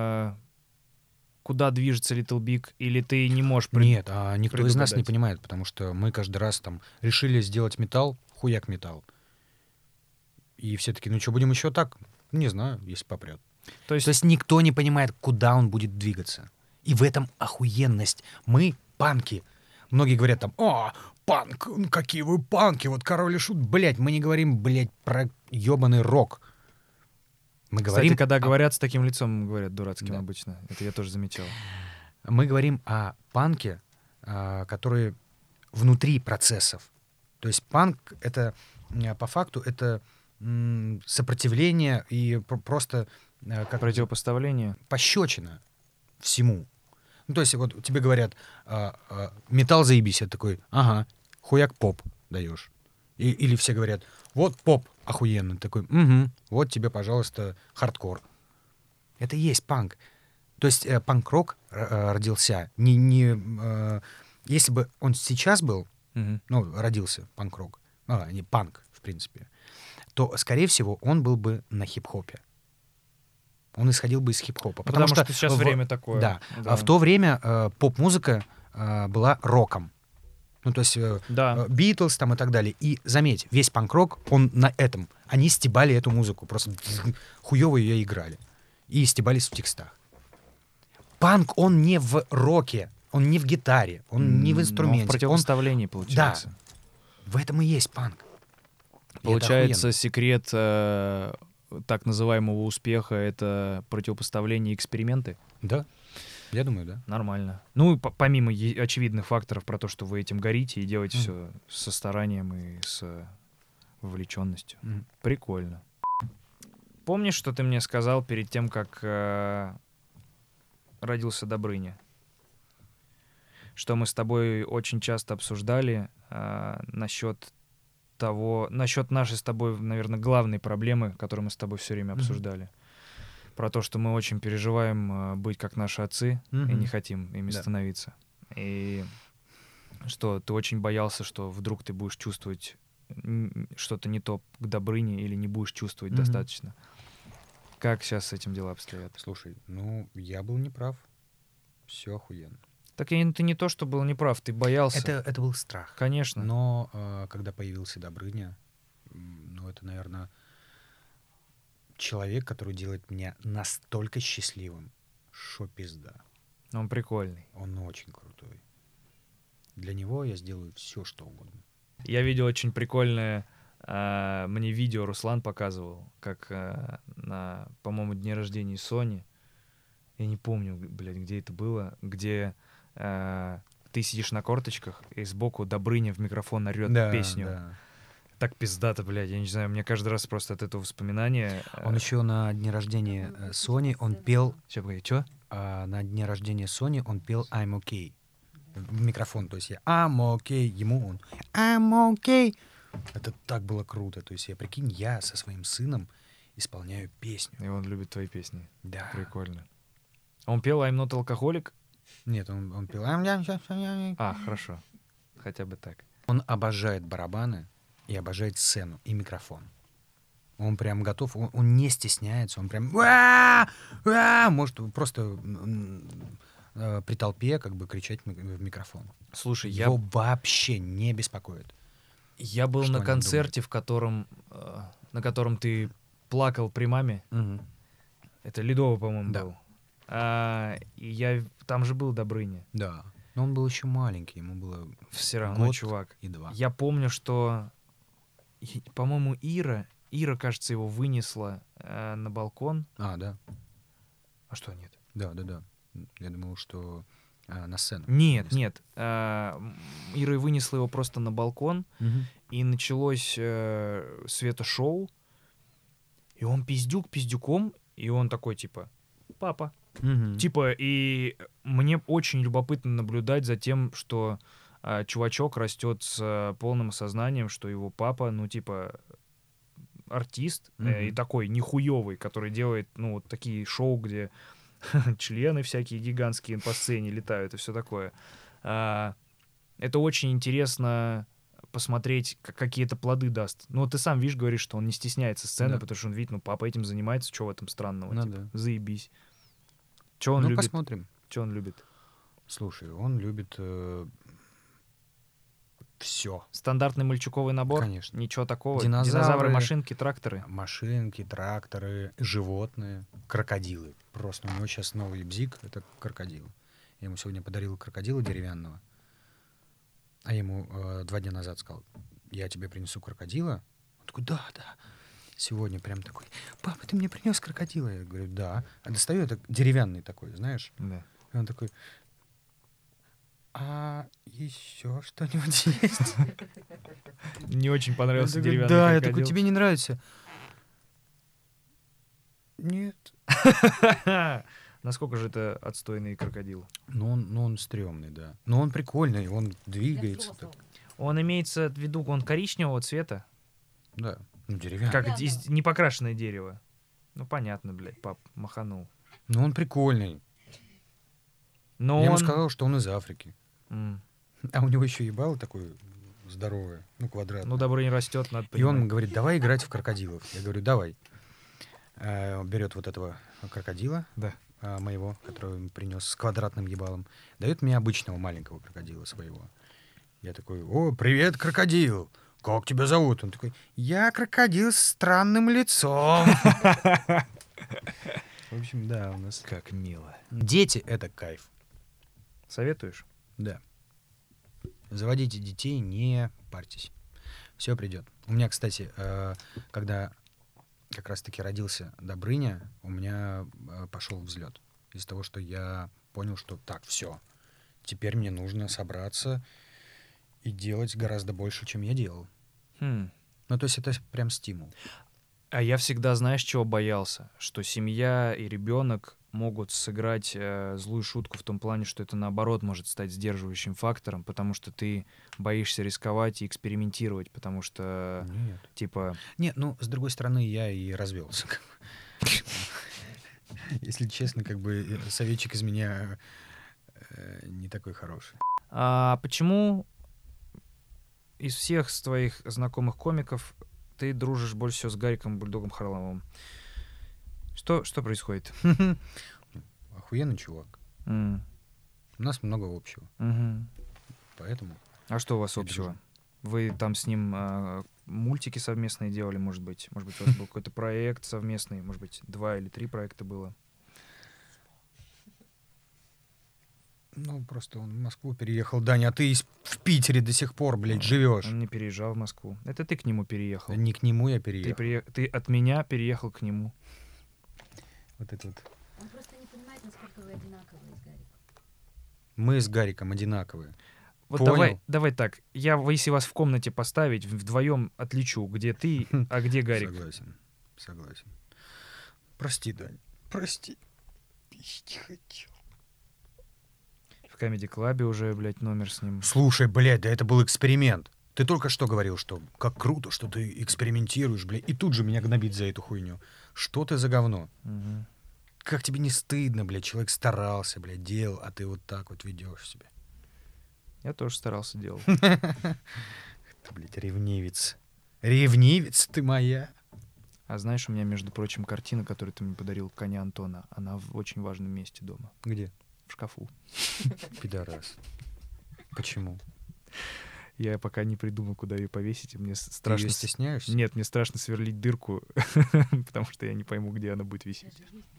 куда движется Little Big, или ты не можешь...
Нет, никто из нас не
предугадать?
понимает, потому что мы каждый раз там решили сделать металл, хуяк металл. И все таки, что, будем еще так? Не знаю, если попрет.
То есть,
То есть никто не понимает, куда он будет двигаться. И в этом охуенность. Мы панки. Многие говорят там, панк, какие вы панки, вот Король и Шут. Блядь, мы не говорим, блядь, про ебаный рок. Мы
кстати,
говорим,
когда говорят с таким лицом, говорят дурацким
Да.
обычно. Это я тоже замечал.
мы говорим о панке, который внутри процессов. То есть панк — это, по факту, это сопротивление и просто как
Противопоставление.
пощечина всему. То есть вот тебе говорят, металл заебись, я такой, хуяк поп даешь. Или все говорят, вот поп охуенно, такой, вот тебе, пожалуйста, хардкор. Это и есть панк. То есть панк-рок родился если бы он сейчас был,
Мгм.
родился панк-рок, не панк, в принципе, то, скорее всего, он был бы на хип-хопе. Он исходил бы из хип-хопа.
Потому что сейчас время такое.
Да.
Да.
В то время поп-музыка была роком. То есть
Да.
Битлз там и так далее. И заметь, весь панк-рок, он на этом. Они стебали эту музыку, просто хуёво ее играли. И стебались в текстах. Панк, он не в роке, он не в гитаре, он не в инструменте.
В противопоставлении, получается.
Да, в этом и есть панк. И
Получается,
это
секрет так называемого успеха — это противопоставление и эксперименты?
да, я думаю, да.
Нормально. Ну, и помимо очевидных факторов про то, что вы этим горите и делаете
Мгм.
все со старанием и с вовлеченностью.
Мгм.
Прикольно. Помнишь, что ты мне сказал перед тем, как родился Добрыня? Что мы с тобой очень часто обсуждали насчет нашей с тобой, наверное, главной проблемы, которую мы с тобой все время
Мгм.
обсуждали. Про то, что мы очень переживаем быть как наши отцы и
Мгм.
не хотим ими
Да.
становиться. И что ты очень боялся, что вдруг ты будешь чувствовать что-то не то к Добрыне или не будешь чувствовать
Мгм.
достаточно. Как сейчас с этим дела обстоят?
Слушай, ну, я был неправ. Все охуенно.
Так ты не то, что был неправ, ты боялся.
Это был страх.
Конечно.
Но когда появился Добрыня, ну, это, наверное, человек, который делает меня настолько счастливым, шо пизда.
Он прикольный.
Он очень крутой. Для него я сделаю все, что угодно.
Я видел очень прикольное, мне видео Руслан показывал, как на, по-моему, дне рождения Сони, я не помню, блядь, где это было, где ты сидишь на корточках, и сбоку Добрыня в микрофон орёт песню.
Да.
Так пиздато, блядь, я не знаю, мне каждый раз просто от этого воспоминания...
Он еще на дне рождения Сони, он пел...
Сейчас, погоди, чё?
На дне рождения Сони он пел «I'm okay». В микрофон, то есть я «I'm okay», ему он «I'm okay». Это так было круто. То есть я, прикинь, я со своим сыном исполняю песню.
И он любит твои песни.
Да.
Прикольно. Он пел «I'm not alcoholic»?
Нет, он пел...
Хорошо. Хотя бы так.
Он обожает барабаны и обожает сцену и микрофон. Он прям готов, он не стесняется, он прям может просто при толпе как бы кричать в микрофон.
Слушай,
Его вообще не беспокоит.
я был
что
на
они
концерте, на котором ты плакал при маме.
Мгм.
Это Ледово, по-моему,
Да.
был. И там же был Добрыня.
Да. Но он был еще маленький, ему было
Все равно,
год
чувак.
и 2.
Я помню, что, по-моему, Ира, кажется, его вынесла на балкон.
Да.
А что нет?
Да. Я думал, что на сцену.
Нет. Ира вынесла его просто на балкон,
Мгм.
и началось светошоу, и он пиздюком, и он такой, типа, папа.
Мгм.
Типа, и мне очень любопытно наблюдать за тем, что чувачок растет с полным осознанием, что его папа, ну, типа, артист, и
Мгм.
такой нихуёвый, который делает, ну, вот такие шоу, где члены всякие гигантские по сцене летают и все такое. Это очень интересно посмотреть, какие это плоды даст. Ну, вот ты сам, видишь, говоришь, что он не стесняется сцены,
Да.
потому что он видит, ну, папа этим занимается, что в этом странного?
Ну
типа,
да.
заебись. Что он
Ну,
любит?
посмотрим.
Что он любит?
Слушай, он любит все.
Стандартный мальчуковый набор?
Конечно.
Ничего такого?
Динозавры.
Машинки, тракторы?
Машинки, тракторы, животные, крокодилы. Просто у него сейчас новый бзик — это крокодил. Я ему сегодня подарил крокодила деревянного, а я ему 2 дня назад сказал: я тебе принесу крокодила. Он такой: да. Сегодня прям такой: папа, ты мне принес крокодила? Я говорю: да. А достаю, это деревянный такой, знаешь.
Да.
И он такой: а еще что-нибудь есть?
Не очень понравился
Я такой:
деревянный
да, я
крокодил.
такой: тебе не нравится? Нет.
Насколько же это отстойный крокодил?
Ну он стрёмный, да. Но он прикольный, он двигается так.
Он имеется в виду, он коричневого цвета,
Да. Ну, деревянный.
как непокрашенное дерево. Ну, понятно, блядь, пап, маханул.
Ну, он прикольный.
Но
Я ему
он...
сказал, что он из Африки.
М.
А у него еще ебало такое здоровое, ну, квадратное.
Ну, добро не растет, надо
И
понимать.
он говорит: давай играть в крокодилов. Я говорю: давай. Он берет вот этого крокодила,
Да.
моего, который он принес с квадратным ебалом, дает мне обычного маленького крокодила своего. Я такой: о, привет, крокодил! Как тебя зовут? Он такой: я крокодил с странным лицом. В общем, да, у нас...
Как мило.
Дети — это кайф.
Советуешь?
Да. Заводите детей, не парьтесь. Все придет. У меня, кстати, когда как раз-таки родился Добрыня, у меня пошел взлет. Из-за того, что я понял, что так, все. Теперь мне нужно собраться и делать гораздо больше, чем я делал. Ну, то есть это прям стимул.
А я всегда, знаешь, чего боялся? Что семья и ребенок могут сыграть злую шутку в том плане, что это, наоборот, может стать сдерживающим фактором, потому что ты боишься рисковать и экспериментировать, потому что,
Нет.
типа...
Нет, ну, с другой стороны, я и развелся. Если честно, как бы советчик из меня не такой хороший.
А почему из всех твоих знакомых комиков ты дружишь больше всего с Гариком Бульдогом Харламовым? Что происходит?
Охуенный чувак. У нас много общего. Поэтому...
А что у вас
Я
общего?
дружу.
Вы там с ним мультики совместные делали, может быть? Может быть, у вас был какой-то проект совместный? Может быть, 2 или 3 проекта было?
Ну, просто он в Москву переехал. Даня, а ты в Питере до сих пор, блядь, живешь.
Он не переезжал в Москву. Это ты к нему переехал.
Да не к нему я переехал.
Ты от меня переехал к нему.
Вот это вот.
Он просто не понимает, насколько вы одинаковые с Гариком.
Мы с Гариком одинаковые.
Вот
Понял.
давай так. Если вас в комнате поставить, вдвоем отличу, где ты, а где Гарик.
Согласен. Прости, Дань. Прости. Пить хотел.
В Comedy Club уже, блядь, номер с ним.
Слушай, блядь, да это был эксперимент. Ты только что говорил, что как круто, что ты экспериментируешь, блядь, и тут же меня гнобить за эту хуйню. Что ты за говно?
Мгм.
Как тебе не стыдно, блядь? Человек старался, блядь, делал, а ты вот так вот ведешь себя.
Я тоже старался делать.
Ты, блядь, ревнивец. Ревнивец ты моя.
А знаешь, у меня, между прочим, картина, которую ты мне подарил, коня Антона, она в очень важном месте дома.
Где?
В шкафу.
Пидорас. Почему?
Я пока не придумал, куда ее повесить, и мне
Ты
страшно...
её стесняешься?
Нет, мне страшно сверлить дырку, потому что я не пойму, где она будет висеть.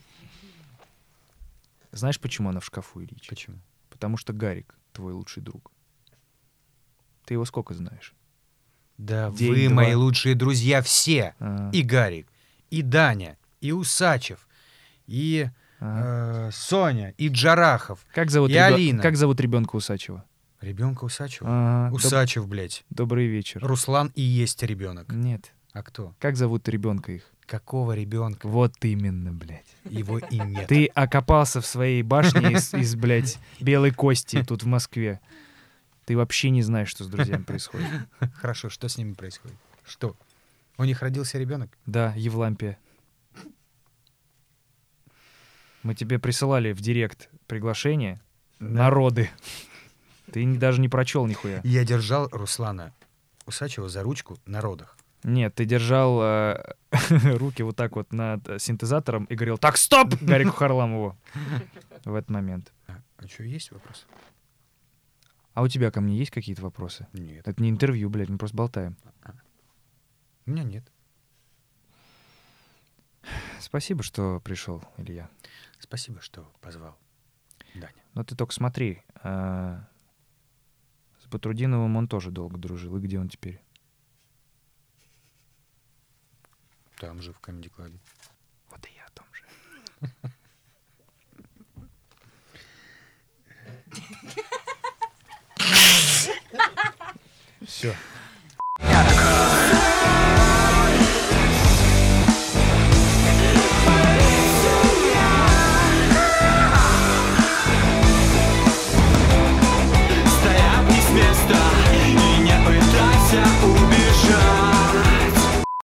Знаешь, почему она в шкафу, Ильич?
Почему?
Потому что Гарик твой лучший друг. Ты его сколько знаешь?
Да
День,
вы
два.
мои лучшие друзья все.
Ага,
И Гарик, и Даня, и Усачев, и
ага.
Соня, и Джарахов.
Как зовут
И Алина.
Как зовут ребенка Усачева?
Ребенка Усачева?
Ага,
Усачев, блядь.
Добрый вечер.
Руслан и есть ребенок.
Нет.
А кто?
Как зовут ребенка их?
Какого ребенка?
Вот именно, блядь.
Его и нет.
Ты окопался в своей башне из, блядь, белой кости тут в Москве. Ты вообще не знаешь, что с друзьями происходит.
Хорошо, что с ними происходит? Что? У них родился ребенок?
Да, Евлампия. Мы тебе присылали в директ приглашение. Народы. Ты даже не прочел нихуя.
Я держал Руслана Усачева за ручку на родах.
Нет, ты держал руки вот так вот над синтезатором и говорил: «Так, стоп!» Гарику Харламову в этот момент.
А что, есть вопрос?
А у тебя ко мне есть какие-то вопросы?
Нет.
Это не интервью, блядь, мы просто болтаем.
У меня нет.
Спасибо, что пришел, Илья.
Спасибо, что позвал, Даня.
Но ты только смотри, с Батрудиновым он тоже долго дружил. И где он теперь?
Там же, в Comedy Club.
Вот и я о том же. Все.